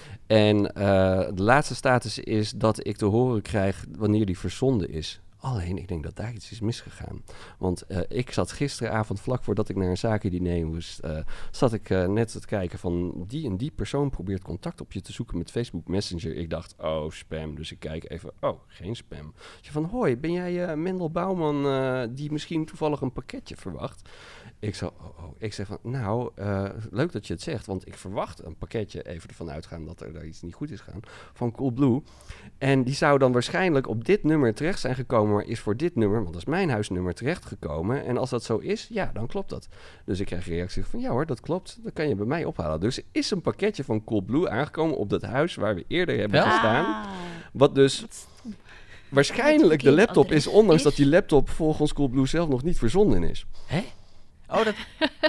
En uh, de laatste status is dat ik te horen krijg wanneer die verzonden is. Alleen, ik denk dat daar iets is misgegaan. Want uh, ik zat gisteravond, vlak voordat ik naar een zakendiner moest, uh, zat ik uh, net te kijken van die en die persoon probeert contact op je te zoeken met Facebook Messenger. Ik dacht, oh, spam. Dus ik kijk even, oh, geen spam. Je van, hoi, ben jij uh, Mendel Bouwman uh, die misschien toevallig een pakketje verwacht? Ik, zo, oh, oh. ik zeg van, nou, uh, leuk dat je het zegt, want ik verwacht een pakketje, even ervan uitgaan dat er daar iets niet goed is gaan, van Coolblue. En die zou dan waarschijnlijk op dit nummer terecht zijn gekomen, maar is voor dit nummer, want dat is mijn huisnummer, terechtgekomen. En als dat zo is, ja, dan klopt dat. Dus ik krijg een reactie van, ja hoor, dat klopt, dat kan je bij mij ophalen. Dus er is een pakketje van Coolblue aangekomen op dat huis waar we eerder hebben Wel? gestaan. Ah. Wat dus waarschijnlijk de laptop is, ondanks dat die laptop volgens Coolblue zelf nog niet verzonden is. Hè? Oh, dat...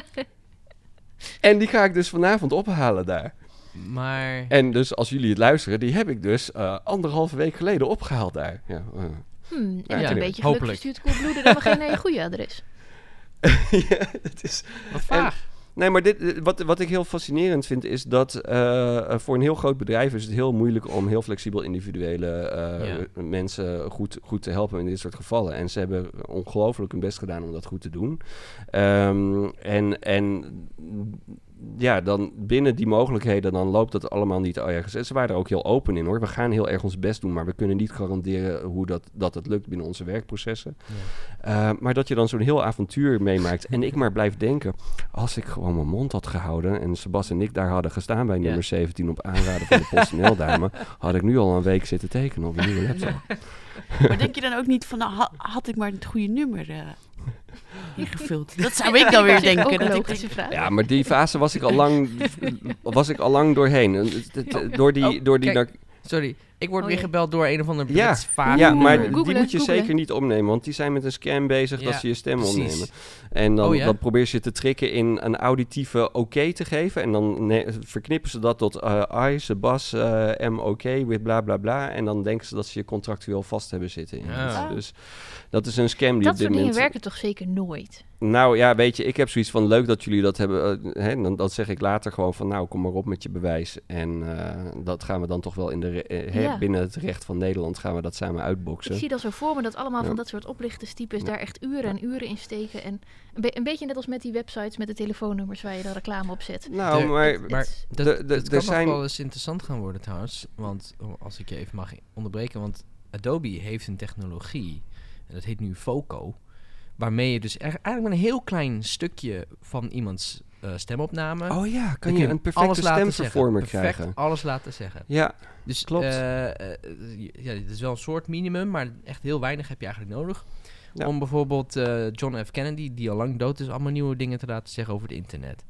En die ga ik dus vanavond ophalen daar. Maar... En dus als jullie het luisteren, die heb ik dus uh, anderhalve week geleden opgehaald daar. Ja, uh. Hmm, en Ja, met een ja, beetje geluk hopelijk. verstuurt Coolblue dan nog geen uh, goede adres. ja, het is... Wat vaag. Nee, maar dit, wat, wat ik heel fascinerend vind is dat uh, voor een heel groot bedrijf is het heel moeilijk om heel flexibel individuele uh, Ja. mensen goed, goed te helpen in dit soort gevallen. En ze hebben ongelooflijk hun best gedaan om dat goed te doen. Um, en, en ja, dan binnen die mogelijkheden, dan loopt dat allemaal niet ergens. En ze waren er ook heel open in hoor. We gaan heel erg ons best doen, maar we kunnen niet garanderen hoe dat, dat het lukt binnen onze werkprocessen. Ja. Uh, maar dat je dan zo'n heel avontuur meemaakt. En ik maar blijf denken, als ik gewoon mijn mond had gehouden en Sebas en ik daar hadden gestaan bij nummer ja. zeventien op aanraden van de PostNL-dame, had ik nu al een week zitten tekenen op een nieuwe laptop. Maar denk je dan ook niet van, nou, ha- had ik maar het goede nummer uh, ingevuld? Dat zou ik dan weer denken. Ook een Dat logische ik vraag. Ja, maar die fase was ik al lang, was ik al lang doorheen. Door die, Oh, door die kijk. Sorry, ik word Oh, weer ja. gebeld door een of ander Ja, Brits vaag ja, nummer. maar Googlen, die moet je googlen. zeker niet opnemen, want die zijn met een scam bezig dat Ja, ze je stem precies. opnemen. En dan, Oh, ja? dan probeer je te tricken in een auditieve oké okay te geven. En dan ne- verknippen ze dat tot uh, I, Sebas, uh, M oké, okay, with bla bla bla. En dan denken ze dat ze je contractueel vast hebben zitten. In. Ja. Dus, dus dat is een scam die Dat op dit soort dingen moment... werken toch zeker nooit? Nou ja, weet je, ik heb zoiets van leuk dat jullie dat hebben. Uh, hè, dan, dan zeg ik later gewoon van nou, kom maar op met je bewijs. En uh, dat gaan we dan toch wel in de re- uh, hè, Ja. binnen het recht van Nederland gaan we dat samen uitboksen. Ik zie dan zo voor me dat allemaal Ja. van dat soort oplichterstypes Ja. daar echt uren en uren in steken. En een, be- een beetje net als met die websites met de telefoonnummers waar je dan reclame op zet. Nou, De- maar, Het- Maar het- dat, de- de- dat er kan zijn- nog wel eens interessant gaan worden trouwens. Want oh, als ik je even mag onderbreken. Want Adobe heeft een technologie. En dat heet nu Foco. Waarmee je dus er, eigenlijk met een heel klein stukje van iemands uh, stemopname... oh ja, kan dan je kun een perfecte alles laten stemvervormer zeggen. Perfect krijgen. alles laten zeggen. Ja, Dus Klopt. uh, uh, ja, het is wel een soort minimum, maar echt heel weinig heb je eigenlijk nodig. Ja. Om bijvoorbeeld uh, John F. Kennedy, die al lang dood is, allemaal nieuwe dingen te laten zeggen over het internet.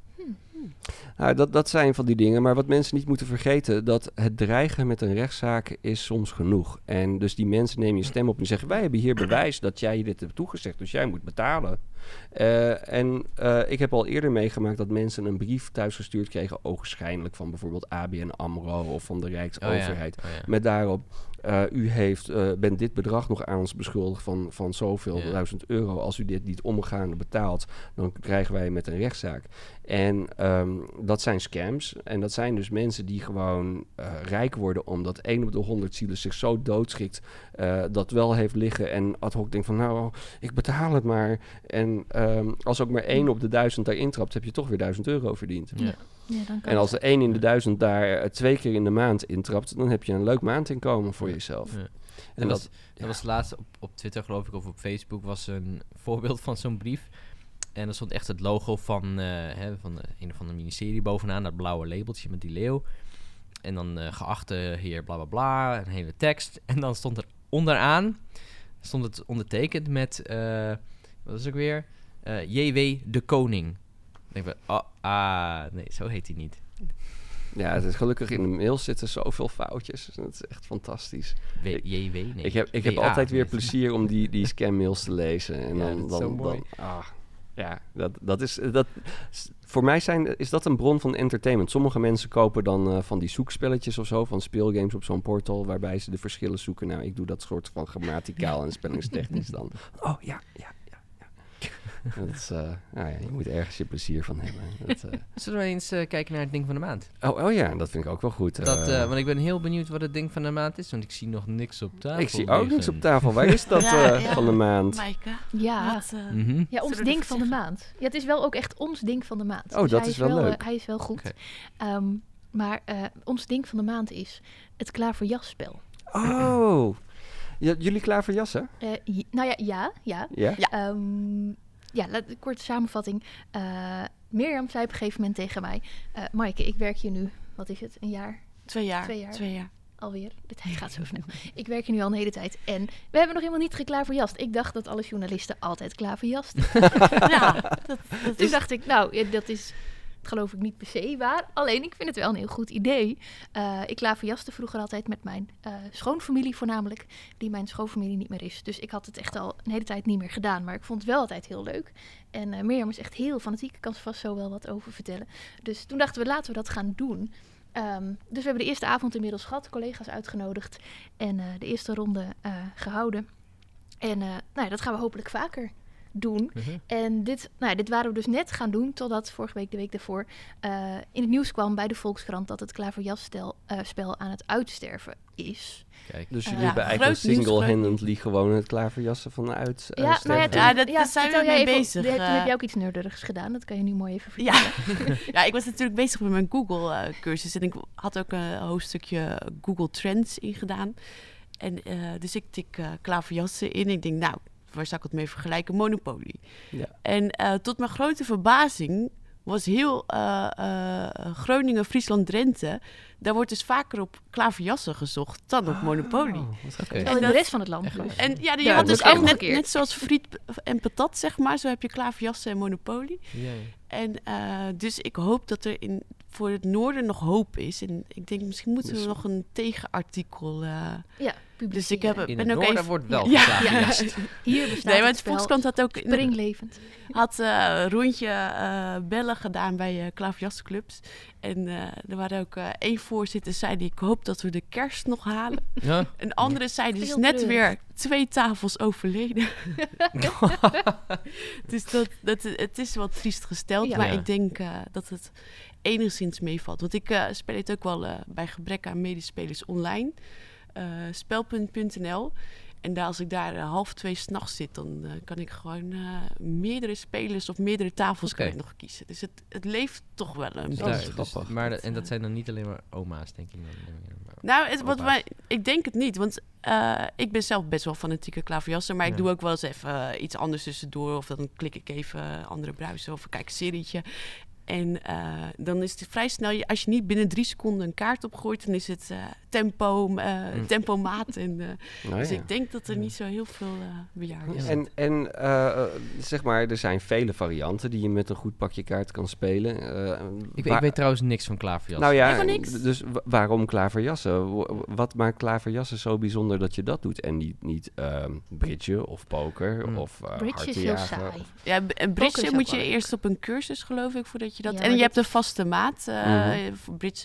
nou, dat, dat zijn van die dingen. Maar wat mensen niet moeten vergeten, dat het dreigen met een rechtszaak is soms genoeg. En dus die mensen nemen je stem op en zeggen, wij hebben hier bewijs dat jij dit hebt toegezegd, dus jij moet betalen. Uh, en uh, ik heb al eerder meegemaakt dat mensen een brief thuisgestuurd kregen, ogenschijnlijk van bijvoorbeeld A B N AMRO of van de Rijksoverheid. Oh ja, oh ja. Met daarop, Uh, u heeft, uh, bent dit bedrag nog aan ons beschuldigd van, van zoveel Ja. duizend euro. Als u dit niet omgaande betaalt, dan krijgen wij met een rechtszaak. En um, dat zijn scams. En dat zijn dus mensen die gewoon uh, rijk worden omdat één op de honderd zielen zich zo doodschikt, uh, dat wel heeft liggen en ad hoc denkt van nou, ik betaal het maar. En um, als ook maar één op de duizend daar intrapt, heb je toch weer duizend euro verdiend. Ja. Ja, dan kan En als het. er één in de duizend daar uh, twee keer in de maand intrapt, dan heb je een leuk maandinkomen voor Ja. jezelf. Ja. En Dat was, dat, dat was laatst op, op Twitter, geloof ik, of op Facebook, was een voorbeeld van zo'n brief. En er stond echt het logo van, uh, hè, van uh, een of ander ministerie bovenaan, dat blauwe labeltje met die leeuw. En dan uh, geachte heer bla bla bla, een hele tekst. En dan stond er onderaan, stond het ondertekend met, uh, wat is het ook weer? Uh, J W de Koning. Dan denk ik, oh, ah, nee, zo heet hij niet. ja, het is gelukkig in de mail zitten zoveel foutjes. Dat is echt fantastisch. W, J W? Nee. Ik heb, ik heb W A, altijd weer nee. plezier om die, die scam-mails te lezen. En Ja, dan, dat is dan, zo mooi. dan, ah, ja, dat, dat is... Dat, s- voor mij zijn, is dat een bron van entertainment. Sommige mensen kopen dan uh, van die zoekspelletjes of zo, van speelgames op zo'n portal, waarbij ze de verschillen zoeken. Nou, ik doe dat soort van grammaticaal en spellingstechnisch dan. Oh, ja, ja, ja, ja. Dat is, uh, nou ja, je moet ergens je plezier van hebben. Dat, uh, Zullen we eens uh, kijken naar het ding van de maand? oh, oh ja, dat vind ik ook wel goed. Dat, Uh, uh, want ik ben heel benieuwd wat het ding van de maand is, want ik zie nog niks op tafel ik zie ook liggen. niks op tafel. Waar is dat Ja, uh, ja. van de maand? Maaike, Ja. wat, uh, Mhm. Ja, ons Zullen we ding dat van de zeggen? maand. Ja, het is wel ook echt ons ding van de maand. Oh, dat hij is wel eh, leuk. hij is wel goed. Oké. Ehm, maar uh, ons ding van de maand is het klaverjasspel. Oh, ja, jullie klaar voor jassen? Uh, j- nou ja, ja, ja. Ja? Ja. Ehm, ja, laat, korte samenvatting. Uh, Mirjam zei op een gegeven moment tegen mij... Uh, Maaike, ik werk hier nu, wat is het, een jaar twee jaar. Twee jaar. Twee jaar. alweer. De tijd gaat zo snel. Ik werk hier nu al een hele tijd. En we hebben nog helemaal niet geklaverjast. Ik dacht dat alle journalisten altijd klaverjasten. Ja, dat, dat Toen is... dacht ik, nou, ja, dat is... geloof ik niet per se waar. Alleen, ik vind het wel een heel goed idee. Uh, ik klaverjaste vroeger altijd met mijn uh, schoonfamilie voornamelijk. Die mijn schoonfamilie niet meer is. Dus ik had het echt al een hele tijd niet meer gedaan. Maar ik vond het wel altijd heel leuk. En uh, Mirjam is echt heel fanatiek. Ik kan ze vast zo wel wat over vertellen. Dus toen dachten we, laten we dat gaan doen. Um, dus we hebben de eerste avond inmiddels gehad. Collega's uitgenodigd. En uh, de eerste ronde uh, gehouden. En uh, nou ja, dat gaan we hopelijk vaker doen. Uh-huh. En dit, nou ja, dit waren we dus net gaan doen, totdat vorige week, de week daarvoor, uh, in het nieuws kwam bij de Volkskrant dat het klaverjasspel uh, spel aan het uitsterven is. Kijk. Dus jullie Uh, hebben ja, eigenlijk groot nieuws, single-handedly gewoon het klaverjassen vanuit uh, Ja, nou ja, sterven. toen, Ja, dat- ja, daar zijn we vertel jij mee even- bezig, Toen uh. heb jij ook iets nerderigs gedaan, dat kan je nu mooi even vertellen. Ja. ja, ik was natuurlijk bezig met mijn Google-cursus. en ik had ook een hoofdstukje Google Trends ingedaan. En uh, dus ik tik uh, klaverjassen in. Ik denk, nou, waar zou ik het mee vergelijken? Monopoly. Ja. En uh, tot mijn grote verbazing was heel uh, uh, Groningen, Friesland, Drenthe. Daar wordt dus vaker op klaverjassen gezocht dan op Monopoly. Oh, wat Oké. gek. Terwijl in de dat- rest van het land. Echt dus. waar? En ja, je Ja, had dat dus is echt net, omgekeerd. net zoals friet en patat, zeg maar. Zo heb je klaverjassen en Monopoly. Ja, ja. En uh, dus ik hoop dat er in, voor het noorden nog hoop is. En ik denk, misschien moeten we Dus- nog een tegenartikel... Uh, Ja, dus ik heb, In ben het ook noorden even... wordt wel Ja. geklaverjast. Hier bestaat Nee, maar het het spel Volkskrant had ook in- springlevend. had uh, een rondje uh, bellen gedaan bij uh, klaverjassenclubs. En uh, er waren ook uh, één voorzitter zei die, ik hoop dat we de kerst nog halen. Ja. Een andere zei, dus Heel net treurig. weer twee tafels overleden. Dus dat, dat, het is wel triest gesteld, Ja. maar Ja. ik denk uh, dat het enigszins meevalt. Want ik uh, speel het ook wel uh, bij gebrek aan medespelers online. Uh, spel punt n l. En daar, als ik daar uh, half twee 's nachts zit, dan uh, kan ik gewoon uh, meerdere spelers of meerdere tafels Oké. kan ik nog kiezen. Dus het, het leeft toch wel een Dus Dat daar- is beetje. dus- grappig. maar dat- en dat zijn dan niet alleen maar oma's, denk ik. Dan, maar Nou, het, wat opa's. wij, ik denk het niet. Want uh, ik ben zelf best wel fanatieke klaverjasser. Maar ik Ja. doe ook wel eens even uh, iets anders tussendoor. Of dan klik ik even uh, andere bruisen of ik kijk een serietje. En uh, dan is het vrij snel, je- als je niet binnen drie seconden een kaart opgooit, dan is het uh, tempo, uh, Mm. tempomaat. En, uh, Nou dus ja. ik denk dat er niet zo heel veel uh, bejaarden zijn. En, en uh, zeg maar, er zijn vele varianten die je met een goed pakje kaart kan spelen. Uh, Ik, waar- ik weet trouwens niks van klaverjas. Nou ja, Helemaal niks. d- dus wa- waarom klaverjassen? W- w- Wat maakt klaverjassen zo bijzonder dat je dat doet? En niet, niet um, bridgen of poker Mm. of uh, Bridge is heel hartenjagen saai. of- Ja, b- en Poker is bridge ook moet je wel leuk. eerst op een cursus, geloof ik, voordat je dat... Ja, en maar je hebt dat- een vaste maat. Uh, Mhm. Voor bridge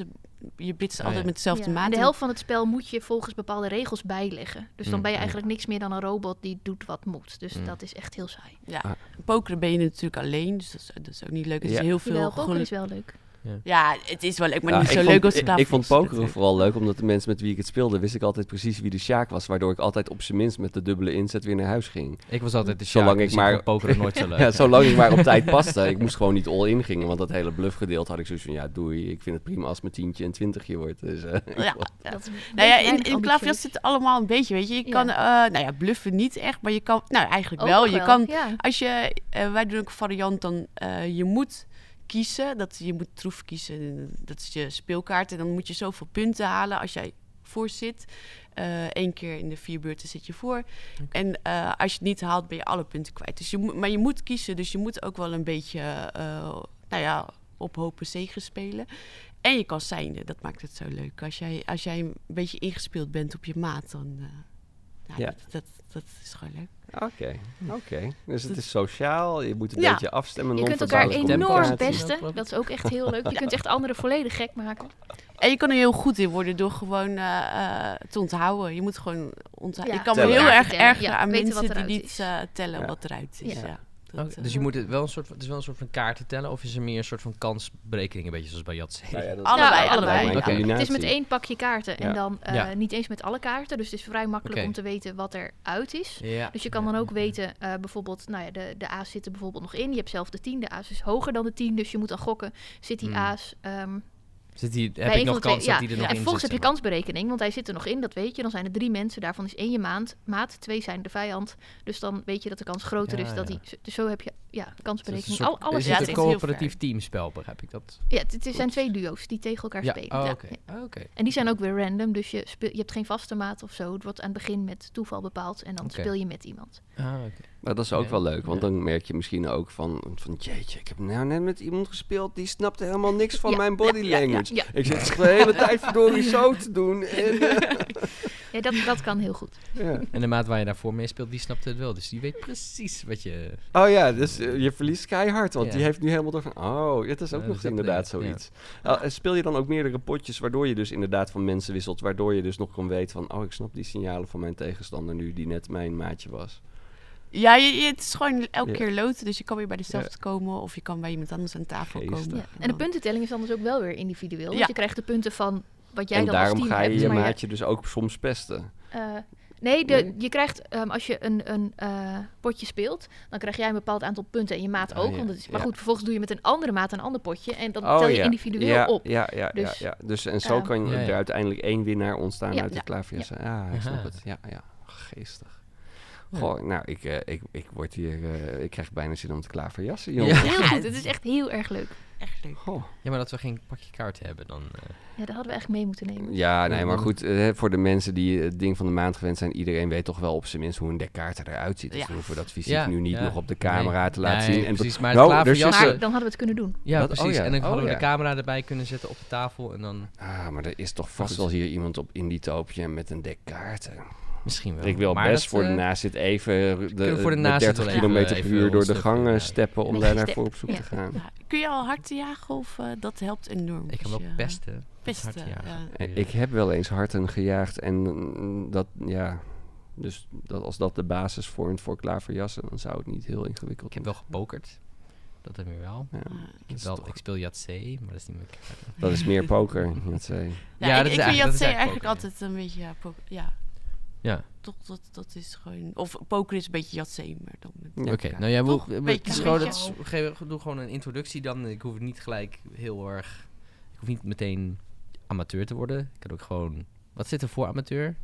je bitst Oh, altijd ja. met dezelfde Ja, maat. en de helft van het spel moet je volgens bepaalde regels bijleggen. Dus dan Mm, ben je ja. eigenlijk niks meer dan een robot die doet wat moet. Dus Mm. dat is echt heel saai. Ja, Ah. pokeren ben je natuurlijk alleen, dus dat is, dat is ook niet leuk. Het Ja. is heel veel Jawel, poker geluk. is wel leuk. Ja, het is wel leuk, maar Ja, niet ik zo vond- leuk als ik, klaver. ik vond pokeren vooral leuk, omdat de mensen met wie ik het speelde, wist ik altijd precies wie de Sjaak was. Waardoor ik altijd op zijn minst met de dubbele inzet weer naar huis ging. Ik was altijd de Zolang Sjaak, ik dus maar- vond pokeren nooit zo leuk. Ja, zolang ik maar op tijd paste. Ik moest gewoon niet all-in gingen, want dat hele bluffgedeelte had ik zoiets van, ja, doei. Ik vind het prima als mijn tientje een twintigje wordt. Dus, eh, ik Ja. vond- Dat is een Nou ja, beetje in, weinig in klaverjas ambitieus. zit het allemaal een beetje, weet je. Je Ja. kan, eh, nou ja, bluffen niet echt, maar je kan, nou eigenlijk Ook wel. nog Je kan, Ja. als je, eh, wij doen ook een variant dan, eh, je moet kiezen, dat je moet troef kiezen, dat is je speelkaart. En dan moet je zoveel punten halen als jij voor zit. Eén keer in de vier beurten zit je voor. En eh, als je het niet haalt, ben je alle punten kwijt. Dus je moet, maar je moet kiezen, dus je moet ook wel een beetje, uh, nou ja, op hopen zegen spelen. En je kan seinen, dat maakt het zo leuk. Als jij, als jij een beetje ingespeeld bent op je maat, dan uh, nou, Ja. dat, dat, dat is gewoon leuk. Oké, oké. Dus het is sociaal, je moet een Ja. beetje afstemmen. Je kunt elkaar non-verbale enorm communicatie. pesten. Dat is ook echt heel leuk. Je kunt echt anderen volledig gek maken. En je kan er heel goed in worden door gewoon uh, uh, te onthouden. Je moet gewoon onthouden. Ja, ik kan me tellen. heel erg Tellen. ergeren Ja, aan weten mensen wat die eruit niet is. uh, tellen Ja. wat eruit is. Ja. Ja. Dat, Oké, uh, dus je moet het wel een soort van, het is wel een soort van kaarten tellen, of is er meer een soort van kansberekening, een beetje zoals bij Yahtzee? Nou ja, dat- Allebei, Ja, allebei. Mijn Oké. combinatie. Het is met één pakje kaarten en Ja. dan uh, Ja. niet eens met alle kaarten. Dus het is vrij makkelijk Oké. om te weten wat er uit is. Ja. Dus je kan dan ook weten, uh, bijvoorbeeld, nou ja, de, de aas zit er bijvoorbeeld nog in. Je hebt zelf de tien, de aas is hoger dan de tien. Dus je moet dan gokken, zit die Hmm. aas... Um, Zit die, bij heb een ik van nog de twee- kans ja. dat die er nog En in vervolgens zit? heb je kansberekening, want hij zit er nog in, dat weet je. Dan zijn er drie mensen, daarvan is één je maand, maat, twee zijn de vijand. Dus dan weet je dat de kans groter Ja, is dat ja. hij... Dus zo heb je, ja, Dus het is kansberekening. een soort- Al, alles is ja, het het een is heel coöperatief ver. teamspel, begrijp ik dat? Ja, het, het zijn twee duo's die tegen elkaar Ja, spelen. oh, Ja. oké. Ja. Oh, oké. En die zijn ook weer random, dus je, speel, je hebt geen vaste maat of zo. Het wordt aan het begin met toeval bepaald en dan Oké. speel je met iemand. Ah, oké. Maar dat is ook Ja. wel leuk, want Ja. dan merk je misschien ook van, van jeetje, ik heb nou net met iemand gespeeld, die snapte helemaal niks van Ja, mijn body ja, ja, language. ja. Ik zit de hele tijd verdorie zo te doen. En, eh, Ja, dat, dat kan heel goed. ja. En de maat waar je daarvoor mee speelt, die snapt het wel. Dus die weet precies wat je... Oh ja, dus eh, je verliest keihard, want Ja. die heeft nu helemaal door van, oh, het is ook Ja, nog dus dat inderdaad bedoel ik, zoiets. Nou, en speel je dan ook meerdere potjes, waardoor je dus inderdaad van mensen wisselt, waardoor je dus nog kan weten van, oh, ik snap die signalen van mijn tegenstander nu, die net mijn maatje was. Ja, je, je- het is gewoon elke Ja. keer loten. Dus je kan weer bij dezelfde komen of je kan bij iemand anders aan tafel Geestig. komen. Ja. En de puntentelling is dan dus ook wel weer individueel. Ja. Want je krijgt de punten van wat jij En dan daarom als team ga je hebt. je maar maatje dus ook soms pesten. eh, nee, de, Nee? je krijgt, um, als je een, een uh, potje speelt, dan krijg jij een bepaald aantal punten en je maat Ah, ook. ja. Want het is, maar Ja. goed, vervolgens doe je met een andere maat een ander potje en dan Oh, tel je ja. individueel ja, op. Ja, ja, Dus, ja, ja. Dus en zo ehm, kan Ja, er ja. uiteindelijk één winnaar ontstaan Ja. uit de Ja. klaverjassen. Ja, ik snap Aha. het. Ja, ja. Geestig. Ja. Goh, nou, ik, eh, ik, ik word hier... eh, ik krijg bijna zin om te klaverjassen, Ja. jongen. Heel Ja, goed, het is echt heel erg leuk. Echt leuk. Goh. Ja, maar dat we geen pakje kaarten hebben, dan... eh, Ja, dat hadden we echt mee moeten nemen. Ja, nee, Ja, maar dan- goed, eh, voor de mensen die het ding van de maand gewend zijn, iedereen weet toch wel op zijn minst hoe een dek kaarten eruit ziet. Dus Ja. we hoeven dat fysiek Ja, nu niet ja. nog op de camera Nee. te laten Nee, zien. En precies, maar Nou, het er klaverjassen... zitten- Maar dan hadden we het kunnen doen. Ja, Dat- precies. oh ja, En dan oh hadden we ja. de camera erbij kunnen zetten op de tafel en dan... Ah, maar er is toch vast goed. wel hier iemand op Indietopia met een dek kaarten. Misschien wel. Ik wil Maar best dat, voor de eh, nazit even de, kunnen we voor de met nazit dertig wel even- kilometer per even uur door de ons gang even, eh, ja. steppen om Een daar step. naarvoor op zoek Ja. te gaan. Ja, kun je al hard jagen of uh, dat helpt enorm? Ik kan als wel je, pesten. pesten, Hard jagen. ja. Eh, Ik heb wel eens harten gejaagd en mm, dat, ja... Dus dat, als dat de basis vormt voor klaverjassen, dan zou het niet heel ingewikkeld Ik heb wel gepokerd. Dat heb ik wel. Ja, Ah, Ik, dat heb is wel, toch- ik speel Yahtzee, maar dat is niet meer kaarten. dat is meer poker, dat zei. Ja, Ja, ik, dat is ik vind eigenlijk- dat is Yahtzee eigenlijk eigenlijk poker, altijd een beetje... Ja, po- ja, Ja, toch, dat, dat is gewoon... Of poker is een beetje Yahtzee, maar dan met Ja. oké. elkaar. Nou ja, Toch? we, we, Beetje het is een gewoon, beetje het is- geef- doe gewoon een introductie dan. Ik hoef het niet gelijk heel erg... Ik hoef niet meteen amateur te worden. Ik kan ook gewoon... Wat zit er voor amateur?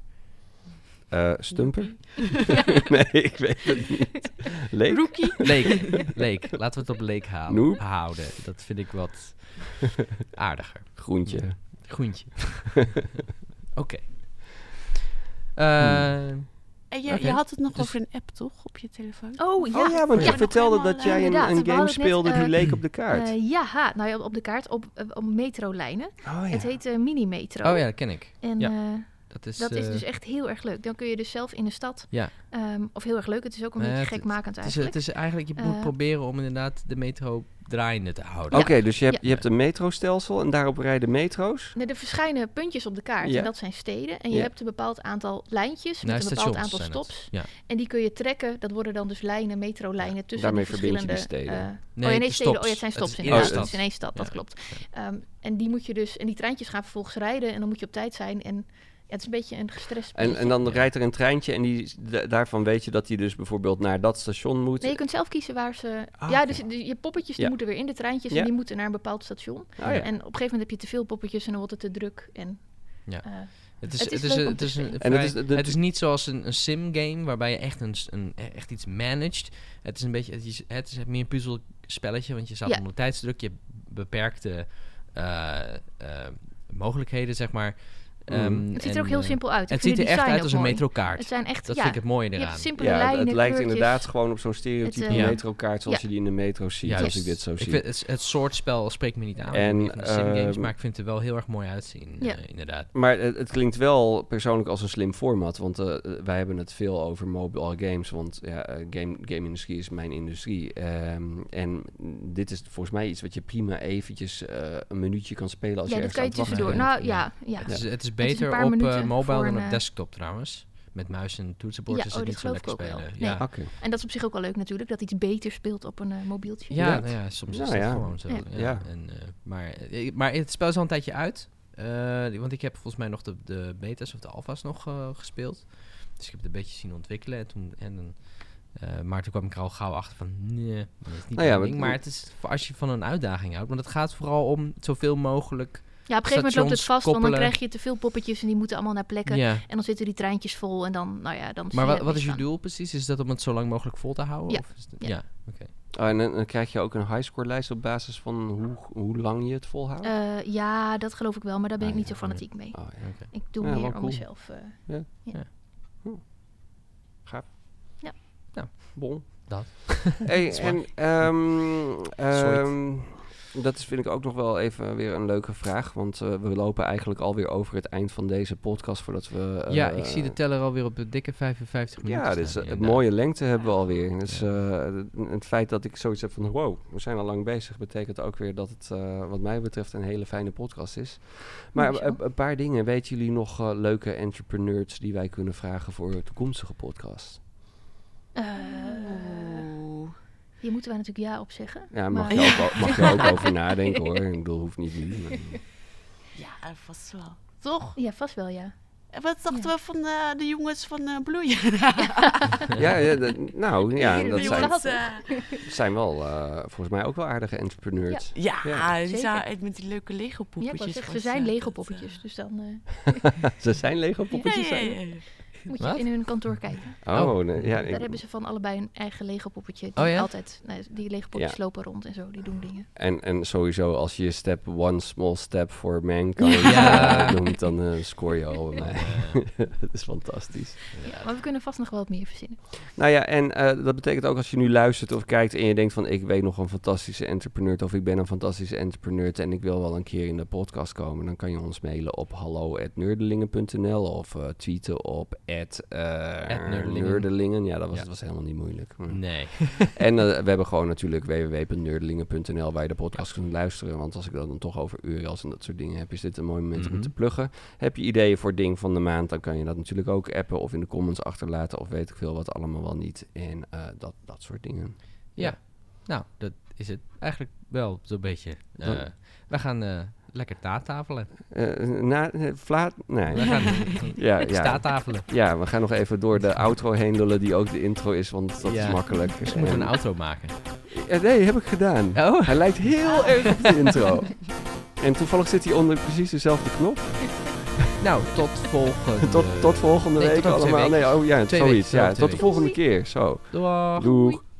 Eh, stumper? Nee, ik weet het niet. Leek? Rookie? Leek. Leek. Laten we het op leek halen, Noob? houden. Dat vind ik wat aardiger. Groentje. Groentje. Oké. Eh, En je, Oké, je had het nog dus- over een app, toch? Op je telefoon? Oh ja, Oh ja, want Ja. je vertelde Nog dat jij een, helemaal, een inderdaad. We game hadden het net, speelde die eh, leek op de kaart. Eh, ja, ha, nou ja, op de kaart, op, eh, op metrolijnen. oh Het heet eh, Mini-metro. oh ja, dat ken ik. En ja. eh, Dat is, dat is eh, dus echt heel erg leuk. Dan kun je dus zelf in de stad, Ja. ehm, of heel erg leuk, het is ook een Eh, beetje het- gekmakend Het is, eigenlijk. het is eigenlijk, je moet Eh, proberen om inderdaad de metro draaiende te houden. Oké, okay, dus je hebt, Ja. je hebt een metrostelsel en daarop rijden metro's? Nee, er verschijnen puntjes op de kaart Ja. en dat zijn steden. En je Ja. hebt een bepaald aantal lijntjes Nou, met een bepaald stations aantal zijn het. stops. Ja. En die kun je trekken. Dat worden dan dus lijnen, metrolijnen tussen Daarmee die verbind je verschillende... die steden. eh, Nee, oh ja, nee, de steden. stops. Oh ja, het zijn Het stops is inderdaad. één Het stad. is in één stad, dat Ja. klopt. Ehm, en die moet je dus... En die treintjes gaan vervolgens rijden en dan moet je op tijd zijn. En ja, het is een beetje een gestrest En, en dan Ja. rijdt er een treintje en die, da- daarvan weet je dat die dus bijvoorbeeld naar dat station moet. Nee, je kunt zelf kiezen waar ze... Ah, ja, oké. dus de, je poppetjes die Ja. moeten weer in de treintjes Ja. en die moeten naar een bepaald station. Oh, ja. En op een gegeven moment heb je te veel poppetjes en dan wordt het te druk. En, Ja. eh, Het is, Het is het is, leuk een- om het te is een, zien. En het vrij- is de- de- het is niet zoals een, een sim-game waarbij je echt, een, s- een, echt iets managt. Het is een beetje, het is, het is meer een puzzelspelletje, want je staat Ja. onder tijdsdruk. Je hebt beperkte eh, eh, mogelijkheden, zeg maar. Mhm. Ehm, het ziet er en, ook heel eh, simpel uit. Ik Het vind ziet er echt design uit ook als een mooi. metrokaart. Het zijn echt... Dat ja, vind ik het mooie je eraan. hebt simpele Ja, lijnen, het lijkt kleurtjes. inderdaad gewoon op zo'n stereotype Het, eh, metrokaart zoals ja. je die in de metro ziet, Juist. als ik dit zo Ik zie. vind het, het soort spel spreekt me niet aan. En, En, van de simgames, ehm, maar ik vind het er wel heel erg mooi uitzien, Ja. eh, inderdaad. Maar het, het klinkt wel persoonlijk als een slim format, want eh, wij hebben het veel over mobile games, want ja, eh, game, game-industrie is mijn industrie. Ehm, en dit is volgens mij iets wat je prima eventjes eh, een minuutje kan spelen als Ja, je dit kan je ergens aan het tussendoor. wachten bent. Nou ja, ja. Het, is, het is een beter paar op minuten eh, mobile voor dan een, op eh, desktop trouwens. Met muis en toetsenbord Ja, is oh, het dit niet zo geloof lekker ik ook wel. spelen. Nee. Ja. Oké. En dat is op zich ook wel leuk natuurlijk, dat iets beter speelt op een eh, mobieltje. Ja, Ja. nou ja, soms Nou is dat ja. gewoon zo. Ja. Ja. Ja. En, eh, maar, eh, maar het spel is al een tijdje uit. Eh, want ik heb volgens mij nog de, de betas of de alfa's nog eh, gespeeld. Dus ik heb het een beetje zien ontwikkelen. En toen, en, dan, eh, maar toen kwam ik er al gauw achter van, nee, dat is niet Nou ja, mijn ding. maar- Maar het is voor als je van een uitdaging houdt. Want het gaat vooral om zoveel mogelijk... Ja, op een gegeven moment loopt het Stations vast, want dan koppelen. krijg je te veel poppetjes en die moeten allemaal naar plekken. Ja. En dan zitten die treintjes vol en dan, nou ja, dan zie Maar je wat, het wat is je misgaan. doel precies? Is dat om het zo lang mogelijk vol te houden? Ja. Of is het- Ja. ja. oké. Oh, en dan, dan krijg je ook een highscore-lijst op basis van hoe, hoe lang je het volhoudt? Eh, ja, dat geloof ik wel, maar daar ben Ah, ik niet ja. zo fanatiek mee. Oh, ja. Oké. Ik doe Ja, meer wel om cool. mezelf. eh. Gaaf. Ja. Nou. Bon. Dat. Hey, Zwaar. en ehm, ehm, dat is, vind ik ook nog wel even weer een leuke vraag. Want eh, we lopen eigenlijk alweer over het eind van deze podcast voordat we... eh, Ja, ik zie de teller alweer op de dikke vijfenvijftig minuten Ja, dit is staan, een inderdaad. mooie lengte hebben we alweer. Dus Ja. eh, het feit dat ik zoiets heb van wow, we zijn al lang bezig, betekent ook weer dat het eh, wat mij betreft een hele fijne podcast is. Maar Mooi zo. een, een paar dingen. Weten jullie nog eh, leuke entrepreneurs die wij kunnen vragen voor een toekomstige podcast? Eh, Oeh. hier moeten wij natuurlijk ja op zeggen. Ja, mag, maar- je, ook, mag je ook over nadenken hoor. Ik bedoel, hoeft niet nu. maar- Ja, vast wel. Toch? Ja, vast wel, ja. En wat dachten Ja. we van eh, de jongens van eh Bloeien? Ja, ja dat- nou ja, De dat zijn, jongens- eh, zijn wel eh, volgens mij ook wel aardige entrepreneurs. ja, Ja, die zeker. zou, met die leuke Lego Ja, ik wou poppetjes. zeggen, ze was, zijn eh, Lego dat, poppetjes, eh, dus dan eh, Ze zijn Lego poppetjes. Ja, ja, zijn ja, er? ja. moet je Wat? in hun kantoor kijken. Oh, Oh. nee, ja, ik- Daar hebben ze van allebei een eigen Lego poppetje. Die Oh ja? altijd, nou, die Lego poppetjes Ja. lopen rond en zo, die doen dingen. En, en sowieso, als je step one small step for mankind Ja. eh, noemt, dan eh, scoor je al bij mij. Eh, Dat is fantastisch. Ja, maar we kunnen vast nog wel wat meer verzinnen. Nou ja, en eh, dat betekent ook als je nu luistert of kijkt en je denkt van ik weet nog een fantastische entrepreneur of ik ben een fantastische entrepreneur en ik wil wel een keer in de podcast komen, dan kan je ons mailen op hallo at nerdelingen punt n l of uh, tweeten op at, uh, At nerdelingen. nerdelingen. Ja, dat was, Ja. was helemaal niet moeilijk. Maar- nee. En uh, we hebben gewoon natuurlijk w w w punt nerdelingen punt n l waar je de podcast kunt luisteren. Want als ik dat dan toch over U R L's en dat soort dingen heb, is dit een mooi moment om Mhm. het te pluggen. Heb je ideeën voor ding van de maand, dan kan je dat natuurlijk ook appen of in de comments achterlaten of weet ik veel wat allemaal wel niet. En uh, dat, dat soort dingen. Ja. Nou, dat is het eigenlijk wel zo'n beetje. Uh, we gaan uh, lekker taattafelen. Uh, na, uh, Vlaat? Nee. We gaan ja, ja. staattafelen. Ja, we gaan nog even door de outro heen lullen die ook de intro is, want dat Ja. is makkelijk. Dus we moeten een outro maken. Ja, nee, heb ik gedaan. Oh. Hij lijkt heel erg op de intro. En toevallig zit hij onder precies dezelfde knop. Nou, tot volgende... Tot, tot volgende Nee, week tot over twee allemaal. weken. Nee, oh ja, Twee zoiets. weken, Ja, twee tot de weken. volgende keer. Zo. Doeg. Doeg.